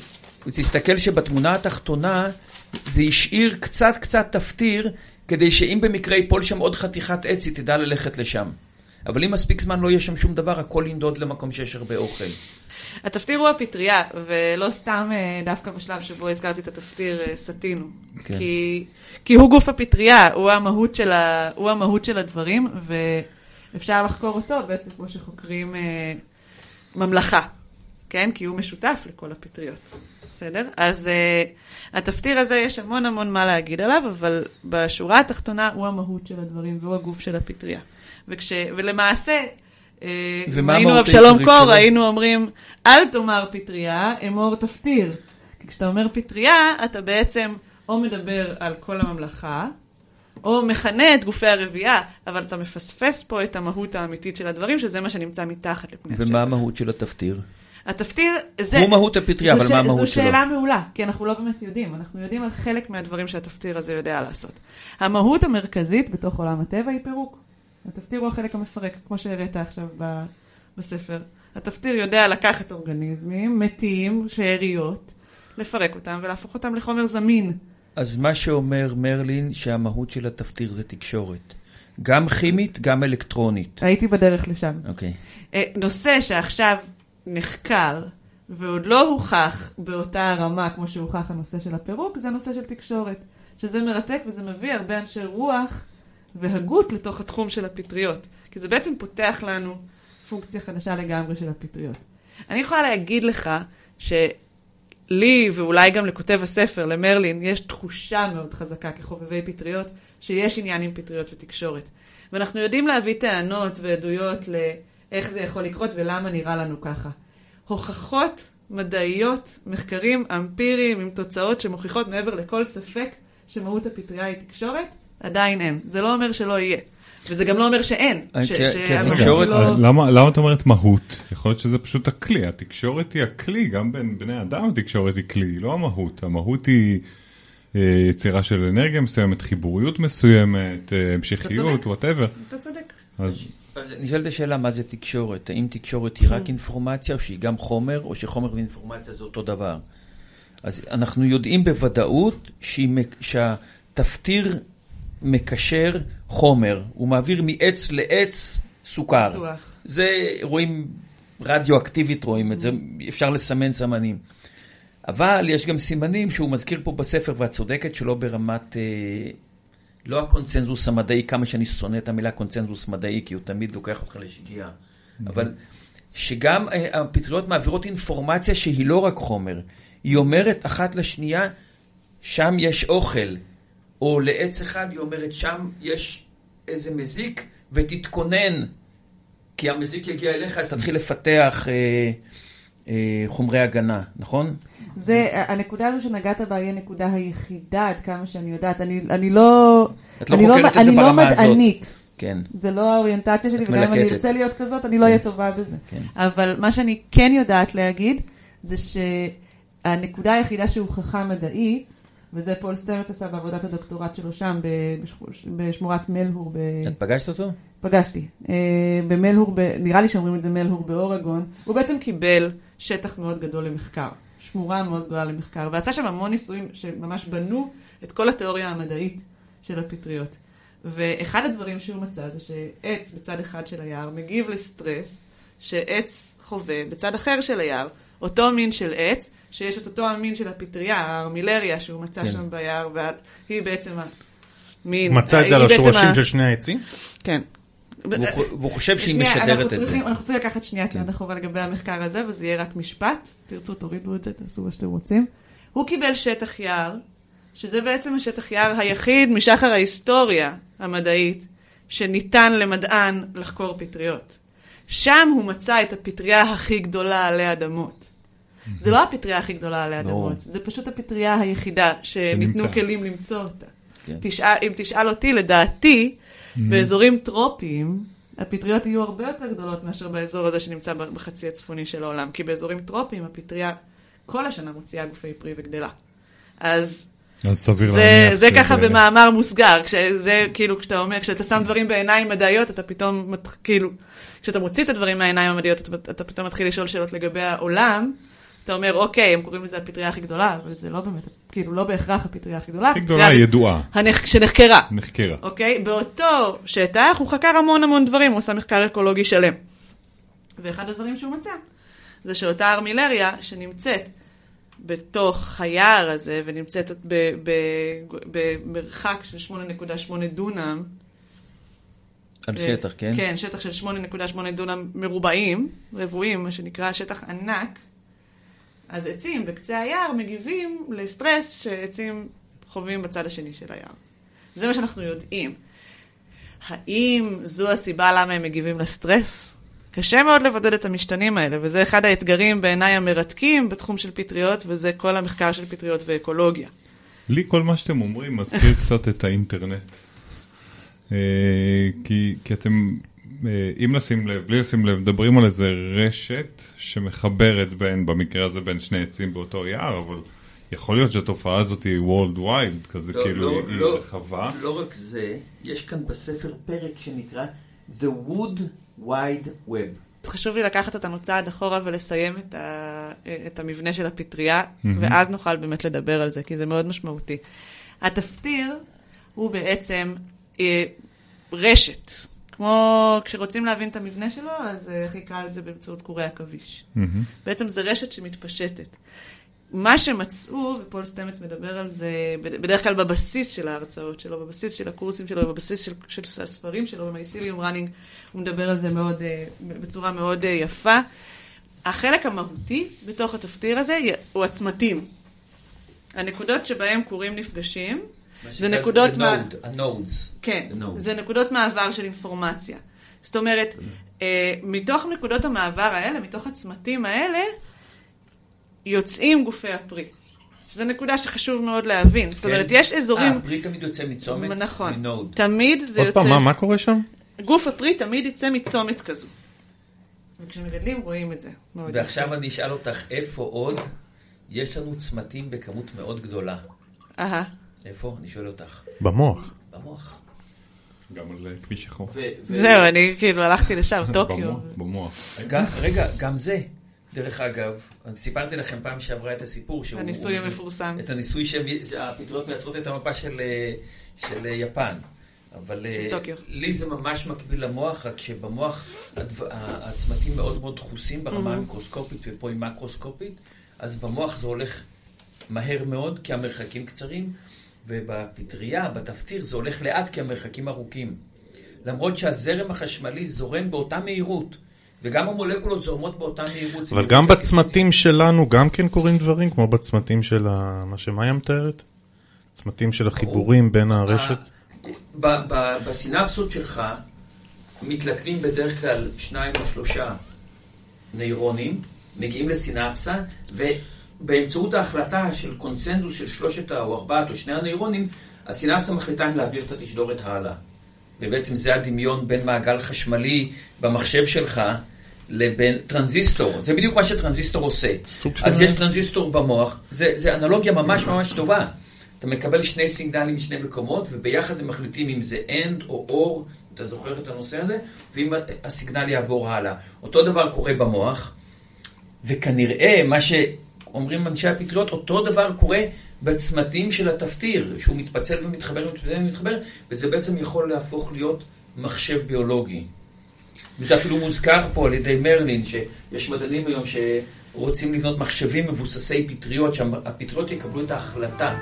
Speaker 4: ותסתכל שבתמונה התחתונה זה השאיר קצת קצת תפטיר, כדי שאם במקרה ייפול שם עוד חתיכת עץ, היא תדע ללכת לשם. אבל אם מספיק זמן לא יהיה שם שום דבר, הכל ינדוד למקום שיש הרבה אוכל.
Speaker 3: התפטיר הוא הפטריה, ולא סתם דווקא בשלב שבו הזכרתי את התפטיר סטינו. כן. כי, כי הוא גוף הפטריה, הוא המהות של, ה, הוא המהות של הדברים, ואפשר לחקור אותו בעצם כמו שחוקרים אה, ממלכה. כן? כי הוא משותף לכל הפטריות. בסדר? אז uh, התפטיר הזה יש המון המון מה להגיד עליו, אבל בשורה התחתונה הוא המהות של הדברים, והוא הגוף של הפטריה. וכש, ולמעשה, uh, אם היינו אבשלום קור, היינו אומרים, אל תאמר פטריה, אמור תפטיר. כי כשאתה אומר פטריה, אתה בעצם או מדבר על כל הממלכה, או מכנה את גופי הרבייה, אבל אתה מפספס פה את המהות האמיתית של הדברים, שזה מה שנמצא מתחת לפני השטח.
Speaker 4: ומה המהות של התפטיר?
Speaker 3: התפטיר, זה...
Speaker 4: הוא מהות הפטריה, אבל מה המהות שלו?
Speaker 3: זו שאלה מעולה, כי אנחנו לא באמת יודעים. אנחנו יודעים על חלק מהדברים שהתפטיר הזה יודע לעשות. המהות המרכזית בתוך עולם הטבע היא פירוק. התפטיר הוא החלק המפרק, כמו שהראית עכשיו בספר. התפטיר יודע לקחת אורגניזמים, מתים, שאריות, לפרק אותם ולהפוך אותם לחומר זמין.
Speaker 4: אז מה שאומר מרלין, שהמהות של התפטיר זה תקשורת. גם כימית, גם אלקטרונית.
Speaker 3: הייתי בדרך לשם.
Speaker 4: אוקיי.
Speaker 3: נושא שעכשיו נחקר, ועוד לא הוכח באותה הרמה כמו שהוכח הנושא של הפירוק, זה הנושא של תקשורת. שזה מרתק וזה מביא הרבה אנשי רוח והגות לתוך התחום של הפטריות. כי זה בעצם פותח לנו פונקציה חדשה לגמרי של הפטריות. אני יכולה להגיד לך שלי, ואולי גם לכותב הספר, למרלין, יש תחושה מאוד חזקה כחובבי פטריות, שיש עניין עם פטריות ותקשורת. ואנחנו יודעים להביא טענות ועדויות לאיך זה יכול לקרות ולמה נראה לנו ככה. הוכחות מדעיות, מחקרים אמפיריים עם תוצאות שמוכיחות מעבר לכל ספק שמהות הפטריה היא תקשורת, עדיין אין. זה לא אומר שלא יהיה. וזה גם לא אומר שאין.
Speaker 1: למה את אומרת מהות? יכול להיות שזה פשוט הכלי. התקשורת היא הכלי, גם בין בני אדם התקשורת היא כלי, היא לא המהות. המהות היא יצירה של אנרגיה מסוימת, חיבוריות מסוימת, המשכיות, whatever.
Speaker 3: אתה צודק.
Speaker 4: נשאלת השאלה מה זה תקשורת. האם תקשורת היא רק אינפורמציה, או שהיא גם חומר, או שחומר ואינפורמציה זה אותו דבר? אז אנחנו יודעים בוודאות שהתפטיר מקשר חומר, הוא מעביר מעץ לעץ סוכר. בטוח. זה רואים, רדיואקטיבית רואים את זה, אפשר לסמן סמנים. אבל יש גם סימנים שהוא מזכיר פה בספר, ואת צודקת שלא ברמת, לא הקונצנזוס המדעי, כמה שאני שונא את המילה קונצנזוס מדעי, כי הוא תמיד לוקח אותך לשגיאה. אבל שגם הפטריות מעבירות אינפורמציה שהיא לא רק חומר, היא אומרת אחת לשנייה, שם יש אוכל, או לעץ אחד היא אומרת, שם יש איזה מזיק, ותתכונן, כי המזיק יגיע אליך, אז תתחיל לפתח אה, אה, חומרי הגנה, נכון?
Speaker 3: זה, הנקודה הזו שנגעת בה היא הנקודה היחידה, עד כמה שאני יודעת. אני, אני לא,
Speaker 4: את לא
Speaker 3: אני
Speaker 4: חוקרת
Speaker 3: לא,
Speaker 4: את זה
Speaker 3: אני
Speaker 4: ברמה
Speaker 3: לא מדענית.
Speaker 4: הזאת. כן.
Speaker 3: זה לא האוריינטציה שלי, וגם אם אני ארצה להיות כזאת, אני לא אהיה טובה בזה.
Speaker 4: כן.
Speaker 3: אבל מה שאני כן יודעת להגיד, זה שהנקודה היחידה שהוכחה מדעית, וזה פול סטרץ עשה בעבודת הדוקטורט שלו שם, בשמורת מלהור.
Speaker 4: את פגשת אותו?
Speaker 3: פגשתי. במלהור, נראה לי שאומרים את זה מלהור באורגון. הוא בעצם קיבל שטח מאוד גדול למחקר, שמורה מאוד גדולה למחקר, ועשה שם המון ניסויים שממש בנו את כל התיאוריה המדעית של הפטריות. ואחד הדברים שהוא מצא זה שעץ בצד אחד של היער מגיב לסטרס שעץ חווה בצד אחר של היער. אותו מין של עץ, שיש את אותו המין של הפטריה, הארמילריה שהוא מצא כן. שם ביער, והיא בעצם המין...
Speaker 2: מצא את זה על השורשים ה... של שני העצים?
Speaker 3: כן.
Speaker 4: והוא חושב שהיא משדרת את זה.
Speaker 3: אנחנו צריכים לקחת שנייה צעד אחורה לגבי המחקר הזה, וזה יהיה רק משפט. תרצו, תורידו את זה, תעשו מה שאתם רוצים. הוא קיבל שטח יער, שזה בעצם השטח יער היחיד משחר ההיסטוריה המדעית, שניתן למדען לחקור פטריות. שם הוא מצא את הפטריה הכי גדולה עלי אדמות. זה לא הפטריה הכי גדולה עלי אדמות, זה פשוט הפטריה היחידה שניתנו כלים למצוא אותה. אם תשאל אותי, לדעתי, באזורים טרופיים, הפטריות יהיו הרבה יותר גדולות מאשר באזור הזה שנמצא בחצי הצפוני של העולם, כי באזורים טרופיים הפטריה כל השנה מוציאה גופי פרי וגדלה. אז זה, זה ככה במאמר מוסגר, כשזה כאילו, כשאתה אומר, כשאתה שם דברים בעיניים מדעיות, אתה פתאום, כאילו, כשאתה מוציא את הדברים מהעיניים המדעיות, אתה, אתה פתאום מתחיל לשאול שאלות לגבי העולם, אתה אומר, אוקיי, הם קוראים לזה הפטריה הכי גדולה, אבל זה לא באמת, כאילו, לא בהכרח הפטריה הכי גדולה.
Speaker 1: הכי גדולה ידועה.
Speaker 3: שנחקרה.
Speaker 1: נחקרה.
Speaker 3: אוקיי? באותו שטח הוא חקר המון המון דברים, הוא עושה מחקר אקולוגי שלם. ואחד הדברים שהוא מצא, זה שאותה ארמילריה שנמצאת בתוך היער הזה, ונמצאת במרחק של שמונה נקודה שמונה דונם.
Speaker 4: על שטח, כן?
Speaker 3: כן, שטח של שמונה נקודה שמונה דונם מרובעים, רבועים, מה שנקרא שטח ענק. אז עצים בקצה היער מגיבים לסטרס שעצים חווים בצד השני של היער. זה מה שאנחנו יודעים. האם זו הסיבה למה הם מגיבים לסטרס? קשה מאוד לבודד את המשתנים האלה, וזה אחד האתגרים בעיניי המרתקים בתחום של פטריות, וזה כל המחקר של פטריות ואקולוגיה.
Speaker 1: לי כל מה שאתם אומרים מזכיר קצת את האינטרנט. כי, כי אתם, אם לשים לב, בלי לשים לב, מדברים על איזה רשת שמחברת בין, במקרה הזה בין שני עצים באותו יער, אבל יכול להיות שהתופעה הזאת היא worldwide, כזה לא, כאילו
Speaker 4: לא,
Speaker 1: היא
Speaker 4: לא,
Speaker 1: רחבה.
Speaker 4: לא רק זה, יש כאן בספר פרק שנקרא The Wood Wide Web.
Speaker 3: אז חשוב לי לקחת אותנו צעד אחורה ולסיים את, ה, את המבנה של הפטריה, mm-hmm. ואז נוכל באמת לדבר על זה, כי זה מאוד משמעותי. התפטיר הוא בעצם אה, רשת. כמו כשרוצים להבין את המבנה שלו, אז הכי קל זה באמצעות קורי עכביש. Mm-hmm. בעצם זה רשת שמתפשטת. מה שמצאו, ופול סטמץ מדבר על זה, בדרך כלל בבסיס של ההרצאות שלו, בבסיס של הקורסים שלו, בבסיס של, של הספרים שלו, במייסיליום ראנינג, הוא מדבר על זה מאוד, בצורה מאוד יפה. החלק המהותי בתוך התפטיר הזה הוא הצמתים. הנקודות שבהם קורים נפגשים, זה נקודות... מה...
Speaker 4: הנודס.
Speaker 3: כן, זה נקודות מעבר של אינפורמציה. זאת אומרת, מתוך נקודות המעבר האלה, מתוך הצמתים האלה, יוצאים גופי הפרי. שזו נקודה שחשוב מאוד להבין. זאת אומרת, יש אזורים...
Speaker 4: אה, הפרי תמיד יוצא מצומת?
Speaker 3: נכון.
Speaker 4: מנוד.
Speaker 3: תמיד זה יוצא...
Speaker 2: עוד פעם, מה קורה שם?
Speaker 3: גוף הפרי תמיד יוצא מצומת כזו. וכשמגדלים רואים את זה.
Speaker 4: ועכשיו אני אשאל אותך, איפה עוד יש לנו צמתים בכמות מאוד גדולה?
Speaker 3: אהה.
Speaker 4: איפה? אני שואל אותך.
Speaker 2: במוח.
Speaker 4: במוח.
Speaker 1: גם על כביש החוף.
Speaker 3: זהו, אני כאילו הלכתי לשם, טוקיו.
Speaker 1: במוח.
Speaker 4: רגע, גם זה. דרך אגב, אני סיפרתי לכם פעם שעברה את הסיפור.
Speaker 3: הניסוי המפורסם.
Speaker 4: את הניסוי שהפטריות מייצרות את המפה של יפן. אבל לי זה ממש מקביל למוח, רק שבמוח הצמתים מאוד מאוד דחוסים ברמה המיקרוסקופית ופה היא מקרוסקופית, אז במוח זה הולך מהר מאוד כי המרחקים קצרים, ובפטריה, בתפטיר, זה הולך לאט כי המרחקים ארוכים. למרות שהזרם החשמלי זורם באותה מהירות, וגם המולקולות זורמות באותה מהירות.
Speaker 2: אבל גם בצמתים שלנו גם כן קורים דברים, כמו בצמתים של מה שמאיה מתארת? צמתים של החיבורים בין הרשת?
Speaker 4: בסינפסות שלך מתלכדים בדרך כלל שניים או שלושה נוירונים, מגיעים לסינפסה, ובאמצעות ההחלטה של קונצנזוס של שלושת או ארבעת או שני הנוירונים, הסינפסה מחליטה להעביר את התשדורת הלאה. ובעצם זה הדמיון בין מעגל חשמלי במחשב שלך לבין טרנזיסטור. זה בדיוק מה שטרנזיסטור עושה. אז יש טרנזיסטור במוח, זה, זה אנלוגיה ממש ממש טובה. אתה מקבל שני סיגנלים משני מקומות, וביחד הם מחליטים אם זה end או or, אתה זוכר את הנושא הזה, ואם הסיגנל יעבור הלאה. אותו דבר קורה במוח, וכנראה מה שאומרים אנשי הפטריות, אותו דבר קורה בצמתים של התפטיר, שהוא מתפצל ומתחבר ומתפצל ומתחבר, וזה בעצם יכול להפוך להיות מחשב ביולוגי. וזה אפילו מוזכר פה על ידי מרלין, שיש מדענים היום שרוצים לבנות מחשבים מבוססי פטריות, שהפטריות יקבלו את ההחלטה.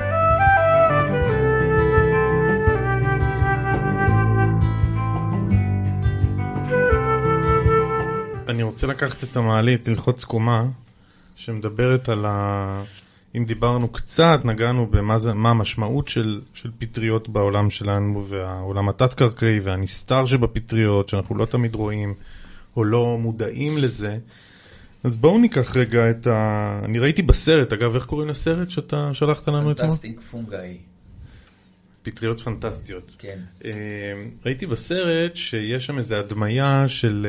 Speaker 2: אני רוצה לקחת את המעלית, ללחוץ קומה, שמדברת על ה... אם דיברנו קצת, נגענו במה זה, מה המשמעות של, של פטריות בעולם שלנו, והעולם התת-קרקעי והנסתר שבפטריות, שאנחנו לא תמיד רואים, או לא מודעים לזה. אז בואו ניקח רגע את ה... אני ראיתי בסרט, אגב, איך קוראים לסרט שאתה שלחת לנו אתמול?
Speaker 4: פנטסטיק פונגאי.
Speaker 2: פטריות פנטסטיות.
Speaker 4: כן.
Speaker 2: ראיתי בסרט שיש שם איזו הדמיה של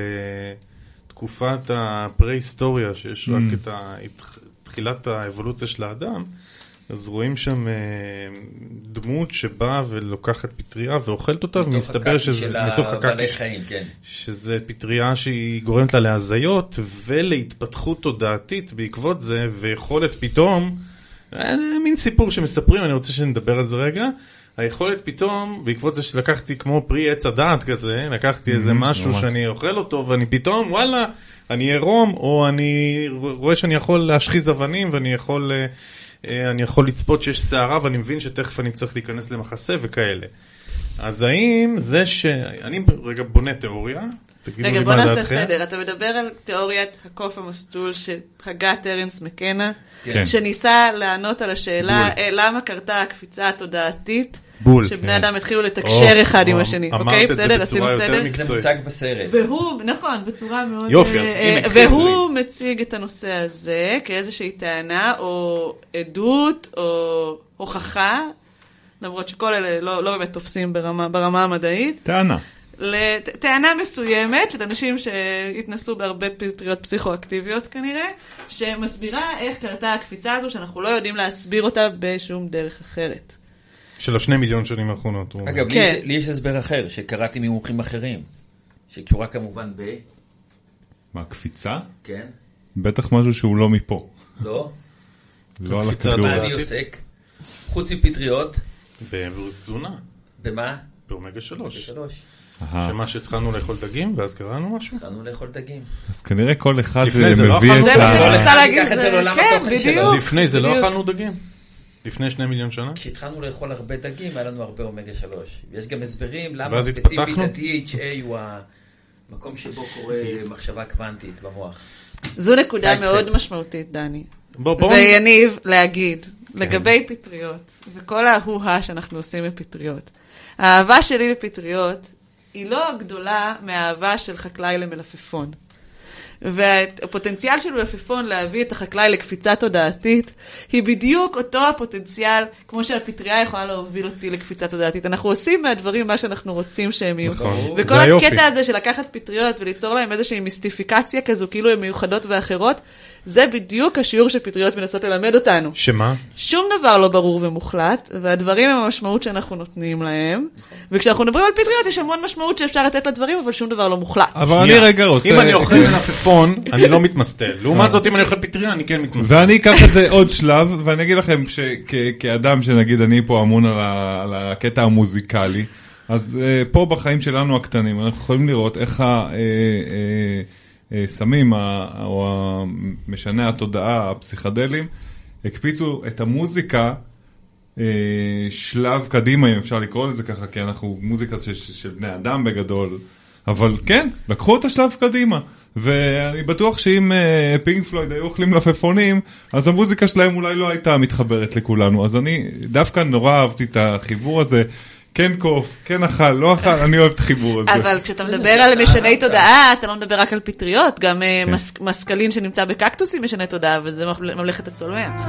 Speaker 2: תקופת הפרה-היסטוריה, שיש רק את ה... תחילת האבולוציה של האדם, אז רואים שם דמות שבאה ולוקחת פטריה ואוכלת אותה, ומסתבר שזה מתוך הקקי
Speaker 4: חיים, כן.
Speaker 2: שזה פטריה שהיא גורמת לה להזיות ולהתפתחות תודעתית בעקבות זה, ויכולת פתאום, מין סיפור שמספרים, אני רוצה שנדבר על זה רגע, היכולת פתאום, בעקבות זה שלקחתי כמו פרי עץ הדעת כזה, לקחתי איזה משהו שאני אוכל אותו, ואני פתאום, וואלה, אני עירום, או אני רואה שאני יכול להשחיז אבנים, ואני יכול, אני יכול לצפות שיש שערה, ואני מבין שתכף אני צריך להיכנס למחסה וכאלה. אז האם זה ש... אני רגע בונה תיאוריה,
Speaker 3: רגע, בוא נעשה סדר. אתה מדבר על תיאוריית הקוף המסטול שהגה טרנס מקנה, שניסה לענות על השאלה למה קרתה הקפיצה התודעתית, שבני אדם התחילו לתקשר אחד עם השני. אוקיי, בסדר, עשינו סדר.
Speaker 4: זה מוצג בסרט.
Speaker 3: והוא, נכון, בצורה מאוד...
Speaker 2: יופי, אז הנה.
Speaker 3: והוא מציג את הנושא הזה כאיזושהי טענה, או עדות, או הוכחה, למרות שכל אלה לא באמת תופסים ברמה המדעית.
Speaker 1: טענה.
Speaker 3: לטענה מסוימת של אנשים שהתנסו בהרבה פטריות פסיכואקטיביות כנראה, שמסבירה איך קרתה הקפיצה הזו, שאנחנו לא יודעים להסביר אותה בשום דרך אחרת.
Speaker 2: של השני מיליון שנים האחרונות.
Speaker 4: אגב, כן. לי יש הסבר אחר, שקראתי ממומחים אחרים, שקשורה כמובן ב...
Speaker 1: מה, קפיצה?
Speaker 4: כן.
Speaker 1: בטח משהו שהוא לא מפה.
Speaker 4: לא.
Speaker 1: לא על הכדור.
Speaker 4: מה אני עוסק? חוץ מפטריות.
Speaker 2: בתזונה.
Speaker 4: במה?
Speaker 2: באומגה שלוש.
Speaker 4: שלוש.
Speaker 2: שמה שהתחלנו לאכול דגים, ואז קראנו משהו?
Speaker 4: התחלנו לאכול דגים.
Speaker 1: אז כנראה כל אחד מביא
Speaker 2: את
Speaker 3: זה מה שאני מנסה להגיד.
Speaker 4: כן, בדיוק.
Speaker 2: לפני זה לא אכלנו דגים? לפני שני מיליון שנה?
Speaker 4: כשהתחלנו לאכול הרבה דגים, היה לנו הרבה אומגה שלוש. ויש גם הסברים למה ספציפית ה-די אייץ' איי הוא המקום שבו קורה מחשבה קוונטית במוח.
Speaker 3: זו נקודה מאוד משמעותית, דני. ויניב להגיד, לגבי פטריות, וכל ההוהה שאנחנו עושים בפטריות. האהבה שלי לפטריות היא לא גדולה מהאהבה של חקלאי למלפפון. והפוטנציאל של מלפפון להביא את החקלאי לקפיצה תודעתית, היא בדיוק אותו הפוטנציאל, כמו שהפטריה יכולה להוביל אותי לקפיצה תודעתית. אנחנו עושים מהדברים מה שאנחנו רוצים שהם יהיו. וכל הקטע הזה של לקחת פטריות וליצור להם איזושהי מיסטיפיקציה כזו, כאילו הן מיוחדות ואחרות, זה בדיוק השיעור שפטריות מנסות ללמד אותנו.
Speaker 2: שמה?
Speaker 3: שום דבר לא ברור ומוחלט, והדברים הם המשמעות שאנחנו נותנים להם. וכשאנחנו מדברים על פטריות, יש המון משמעות שאפשר לתת לדברים, אבל שום דבר לא מוחלט.
Speaker 1: אבל אני רגע רוצה...
Speaker 2: אם אני אוכל מלפפון, אני לא מתמסטל. לעומת זאת, אם אני אוכל פטריה, אני כן מתמסטל.
Speaker 1: ואני אקח את זה עוד שלב, ואני אגיד לכם שכאדם שנגיד אני פה אמון על הקטע המוזיקלי, אז פה בחיים שלנו הקטנים, אנחנו יכולים לראות איך ה... סמים או משנה התודעה, הפסיכדלים, הקפיצו את המוזיקה שלב קדימה, אם אפשר לקרוא לזה ככה, כי אנחנו מוזיקה של, של בני אדם בגדול, אבל כן, לקחו את השלב קדימה, ואני בטוח שאם פינק פלויד היו אוכלים מלפפונים, אז המוזיקה שלהם אולי לא הייתה מתחברת לכולנו, אז אני דווקא נורא אהבתי את החיבור הזה, כן קוף, כן אכל, לא אכל, אני אוהב את החיבור הזה.
Speaker 3: אבל כשאתה מדבר על משני תודעה, אתה לא מדבר רק על פטריות, גם מסקלין שנמצא בקקטוסים משנה תודעה, וזה ממלכת הצומח.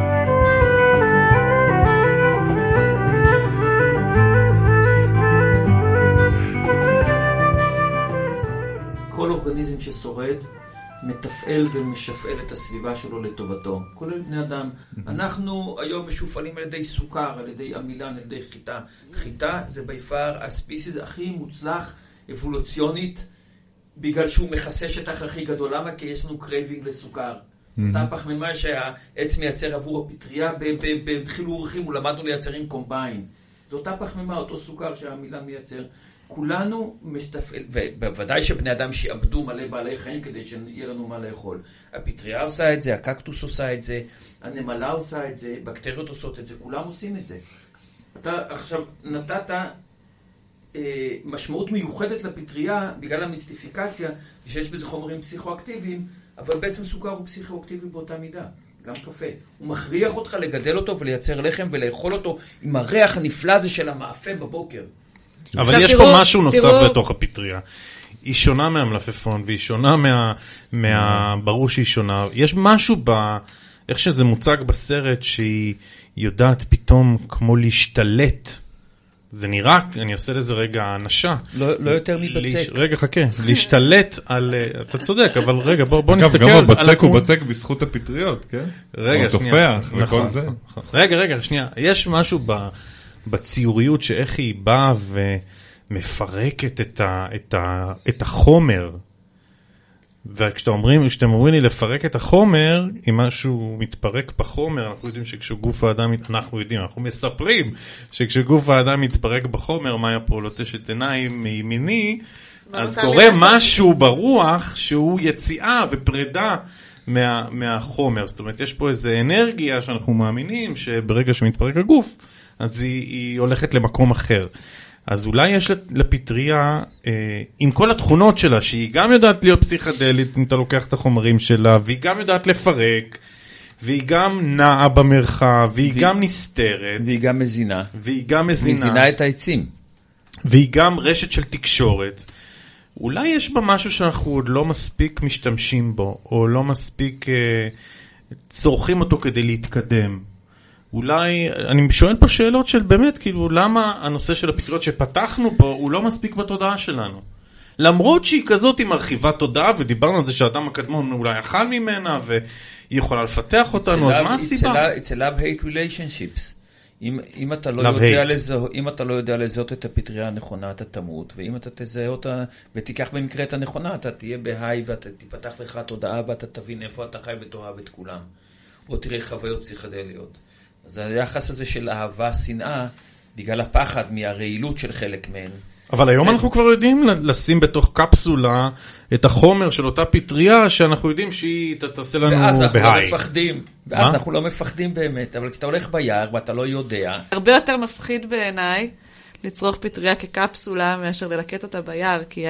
Speaker 4: כל אורגניזם ששורד, מתפעל ומשפעל את הסביבה שלו לטובתו, כולל בני אדם. אנחנו היום משופעלים על ידי סוכר, על ידי עמילן, על ידי חיטה. חיטה זה ביפר הספיסיס הכי מוצלח אבולוציונית, בגלל שהוא מכסה שטח הכי גדול. למה? כי יש לנו קרייבינג לסוכר. אותה פחמימה שהעץ מייצר עבור הפטריה, בדחילו ורחימו למדנו לייצר עם קומביין. זו אותה פחמימה, אותו סוכר שהעמילן מייצר. כולנו משתפעל, ובוודאי שבני אדם שיעבדו מלא בעלי חיים כדי שיהיה לנו מה לאכול. הפטריה עושה את זה, הקקטוס עושה את זה, הנמלה עושה את זה, בקטריות עושות את זה, כולם עושים את זה. אתה עכשיו נתת אה, משמעות מיוחדת לפטריה בגלל המיסטיפיקציה, שיש בזה חומרים פסיכואקטיביים, אבל בעצם סוכר הוא פסיכואקטיבי באותה מידה. גם קפה. הוא מכריח אותך לגדל אותו ולייצר לחם ולאכול אותו עם הריח הנפלא הזה של המאפה בבוקר.
Speaker 2: אבל יש פה משהו נוסף בתוך הפטריה. היא שונה מהמלפפון, והיא שונה מה... ברור שהיא שונה. יש משהו ב... איך שזה מוצג בסרט, שהיא יודעת פתאום כמו להשתלט. זה נראה, אני עושה לזה רגע אנשה.
Speaker 4: לא, לא יותר מבצק.
Speaker 2: להש... רגע, חכה. להשתלט על... אתה צודק, אבל רגע, בוא, בוא נסתכל
Speaker 1: על...
Speaker 2: אגב,
Speaker 1: גם הבצק הוא בצק בזכות הפטריות, כן?
Speaker 2: רגע,
Speaker 1: שנייה. תופח וכל זה.
Speaker 2: רגע, רגע, שנייה. יש משהו ב... בציוריות שאיך היא באה ומפרקת את, ה... את, ה... את החומר. וכשאתם אומרים, כשאתם אומרים לי לפרק את החומר, אם משהו מתפרק בחומר, אנחנו יודעים שכשגוף האדם, אנחנו יודעים, אנחנו מספרים שכשגוף האדם מתפרק בחומר, מה היה פה לוטשת עיניים מימיני, אז קורה משהו ברוח שהוא יציאה ופרידה מה, מהחומר. זאת אומרת, יש פה איזו אנרגיה שאנחנו מאמינים שברגע שמתפרק הגוף, אז היא, היא הולכת למקום אחר. אז אולי יש לפטריה, אה, עם כל התכונות שלה, שהיא גם יודעת להיות פסיכדלית, אם אתה לוקח את החומרים שלה, והיא גם יודעת לפרק, והיא גם נעה במרחב, והיא והיא, גם נסתרת.
Speaker 4: והיא גם מזינה.
Speaker 2: והיא גם מזינה.
Speaker 4: מזינה את העצים.
Speaker 2: והיא גם רשת של תקשורת. אולי יש בה משהו שאנחנו עוד לא מספיק משתמשים בו, או לא מספיק אה, צורכים אותו כדי להתקדם. אולי, אני שואל פה שאלות של באמת, כאילו, למה הנושא של הפטריות שפתחנו פה, הוא לא מספיק בתודעה שלנו? למרות שהיא כזאת היא מרחיבה תודעה, ודיברנו על זה שהאדם הקדמון אולי אכל ממנה, והיא יכולה לפתח אותנו, אז מה הסיבה?
Speaker 4: It's a love-hate relationships. אם, אם, אתה לא יודע לזהו, אם אתה לא יודע לזהות את הפטריה הנכונה, אתה תמות, ואם אתה תזהה אותה ותיקח במקרה את הנכונה, אתה תהיה בהיי ואתה תפתח לך תודעה, ואתה תבין איפה אתה חי ותאהב את כולם. או תראה חוויות פסיכדליות. אז היחס הזה של אהבה, שנאה, בגלל הפחד מהרעילות של חלק מהן.
Speaker 2: אבל היום אנחנו כבר יודעים לשים בתוך קפסולה את החומר של אותה פטריה, שאנחנו יודעים שהיא תעשה לנו בהיי.
Speaker 4: ואז אנחנו לא מפחדים. ואז אנחנו לא מפחדים באמת, אבל כשאתה הולך ביער ואתה לא יודע.
Speaker 3: הרבה יותר מפחיד בעיניי לצרוך פטריה כקפסולה מאשר ללקט אותה ביער, כי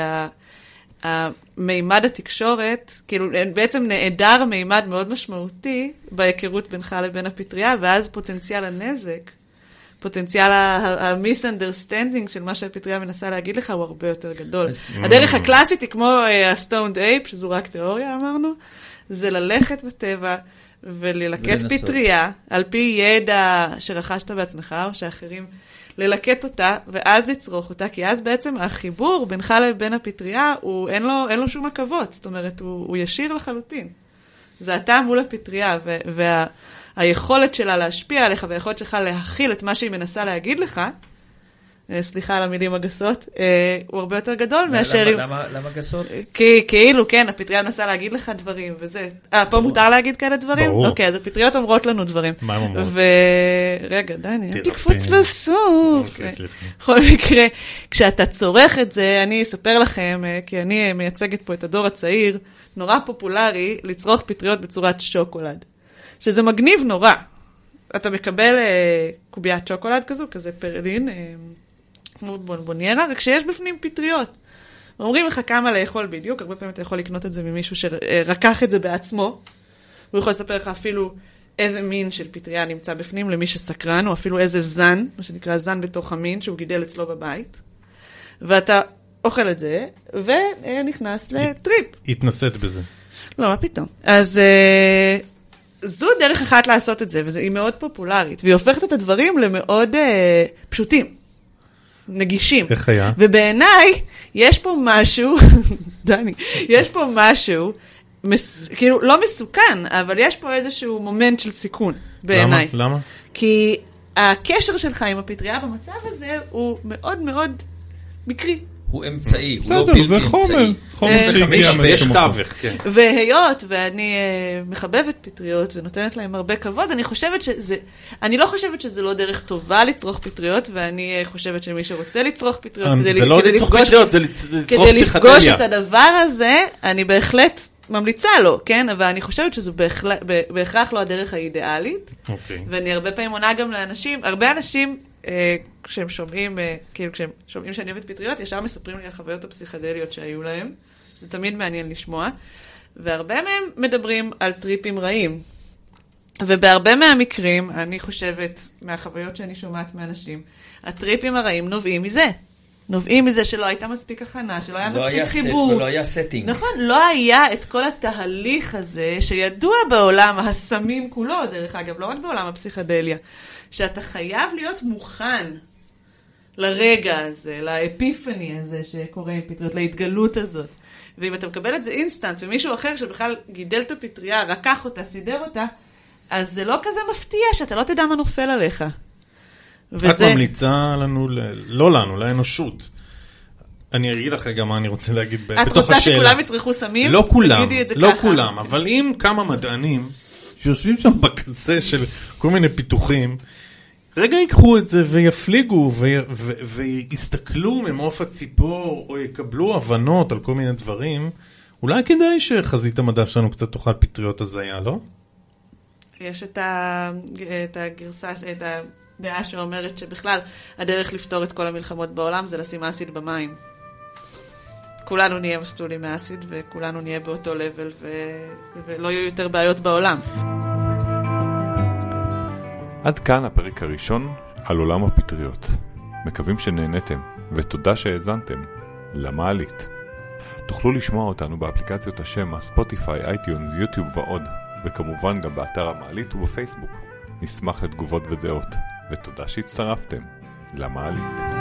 Speaker 3: המימד התקשורת, כאילו בעצם נעדר מימד מאוד משמעותי בהיכרות בינך לבין הפטריה, ואז פוטנציאל הנזק, פוטנציאל ה-misunderstanding של מה שהפטריה מנסה להגיד לך הוא הרבה יותר גדול. הדרך הקלאסית היא כמו ה-stoned ape, שזו רק תיאוריה אמרנו, זה ללכת בטבע וללקט פטריה, על פי ידע שרכשת בעצמך או שאחרים, ללקט אותה, ואז לצרוך אותה, כי אז בעצם החיבור בינך לבין הפטריה, הוא, אין לו, אין לו שום עקבות, זאת אומרת, הוא, הוא ישיר לחלוטין. זה אתה מול הפטריה, והיכולת וה, שלה להשפיע עליך, והיכולת שלך להכיל את מה שהיא מנסה להגיד לך, סליחה על המילים הגסות, הוא הרבה יותר גדול מאשר...
Speaker 4: למה, למה גסות?
Speaker 3: כי כאילו, כן, הפטריה מנסה להגיד לך דברים, וזה... אה, פה מותר להגיד כאלה דברים?
Speaker 2: ברור.
Speaker 3: אוקיי, אז הפטריות אומרות לנו דברים.
Speaker 2: מה הם אומרות?
Speaker 3: ורגע, דני, אל תקפוץ לסוף. בכל מקרה, כשאתה צורך את זה, אני אספר לכם, כי אני מייצגת פה את הדור הצעיר, נורא פופולרי לצרוך פטריות בצורת שוקולד. שזה מגניב נורא. אתה מקבל קוביית שוקולד כזו, כזה פרלין, כמו בונבוניירה, רק שיש בפנים פטריות. אומרים לך כמה לאכול בדיוק, הרבה פעמים אתה יכול לקנות את זה ממישהו שרקח את זה בעצמו, הוא יכול לספר לך אפילו איזה מין של פטריה נמצא בפנים למי שסקרן, או אפילו איזה זן, מה שנקרא זן בתוך המין, שהוא גידל אצלו בבית, ואתה אוכל את זה, ונכנס לטריפ.
Speaker 2: התנסית בזה.
Speaker 3: לא, מה פתאום. אז... זו דרך אחת לעשות את זה, והיא מאוד פופולרית, והיא הופכת את הדברים למאוד אה, פשוטים, נגישים.
Speaker 2: איך היה?
Speaker 3: ובעיניי, יש פה משהו, דני, יש פה משהו, מס, כאילו, לא מסוכן, אבל יש פה איזשהו מומנט של סיכון, בעיניי.
Speaker 2: למה? למה?
Speaker 3: כי הקשר שלך עם הפטריה במצב הזה, הוא מאוד מאוד מקרי.
Speaker 4: הוא אמצעי, הוא לא בלתי אמצעי.
Speaker 1: זה חומר, חומר שהגיע
Speaker 2: יש תווך, כן.
Speaker 3: והיות, ואני מחבבת פטריות ונותנת להם הרבה כבוד, אני חושבת שזה, אני לא חושבת שזה לא דרך טובה לצרוך פטריות, ואני חושבת שמי שרוצה לצרוך פטריות,
Speaker 2: זה לא לצרוך פטריות, זה לצרוך פסיכדליה.
Speaker 3: כדי לפגוש את הדבר הזה, אני בהחלט ממליצה לו, כן? אבל אני חושבת שזו בהכרח לא הדרך האידיאלית, ואני הרבה פעמים עונה גם לאנשים, הרבה אנשים, כשהם שומעים, כאילו כשהם שומעים שאני אוהבת פטריות, ישר מספרים לי על החוויות הפסיכדליות שהיו להם, שזה תמיד מעניין לשמוע, והרבה מהם מדברים על טריפים רעים. ובהרבה מהמקרים, אני חושבת, מהחוויות שאני שומעת מאנשים, הטריפים הרעים נובעים מזה. נובעים מזה שלא הייתה מספיק הכנה, שלא היה
Speaker 4: לא
Speaker 3: מספיק
Speaker 4: היה
Speaker 3: חיבור.
Speaker 4: סט ולא היה סטינג.
Speaker 3: נכון, לא היה את כל התהליך הזה, שידוע בעולם הסמים כולו, דרך אגב, לא רק בעולם הפסיכדליה, שאתה חייב להיות מוכן לרגע הזה, לאפיפני הזה שקורה עם פטריות, להתגלות הזאת. ואם אתה מקבל את זה אינסטנט, ומישהו אחר שבכלל גידל את הפטריה, רקח אותה, סידר אותה, אז זה לא כזה מפתיע שאתה לא תדע מה נופל עליך.
Speaker 2: וזה... את ממליצה לנו, ל... לא לנו, לאנושות. אני אגיד לך רגע מה אני רוצה להגיד בתוך השאלה.
Speaker 3: את רוצה שכולם יצריכו סמים?
Speaker 2: לא כולם, לא
Speaker 3: ככה.
Speaker 2: כולם, אבל אם כמה מדענים שיושבים שם בקצה של כל מיני פיתוחים, רגע ייקחו את זה ויפליגו ו- ו- ויסתכלו ממעוף הציפור או יקבלו הבנות על כל מיני דברים, אולי כדאי שחזית המדע שלנו קצת תאכל פטריות הזיה, לא?
Speaker 3: יש את, ה... את הגרסה, את הדעה שאומרת שבכלל הדרך לפתור את כל המלחמות בעולם זה לשים אסיד במים. כולנו נהיה מסטולים מאסיד וכולנו נהיה באותו לבל ו... ולא יהיו יותר בעיות בעולם.
Speaker 1: עד כאן הפרק הראשון על עולם הפטריות. מקווים שנהנתם, ותודה שהאזנתם למעלית. תוכלו לשמוע אותנו באפליקציות השם, ספוטיפיי, אייטיונס, יוטיוב ועוד, וכמובן גם באתר המעלית ובפייסבוק. נשמח לתגובות ודעות, ותודה שהצטרפתם למעלית.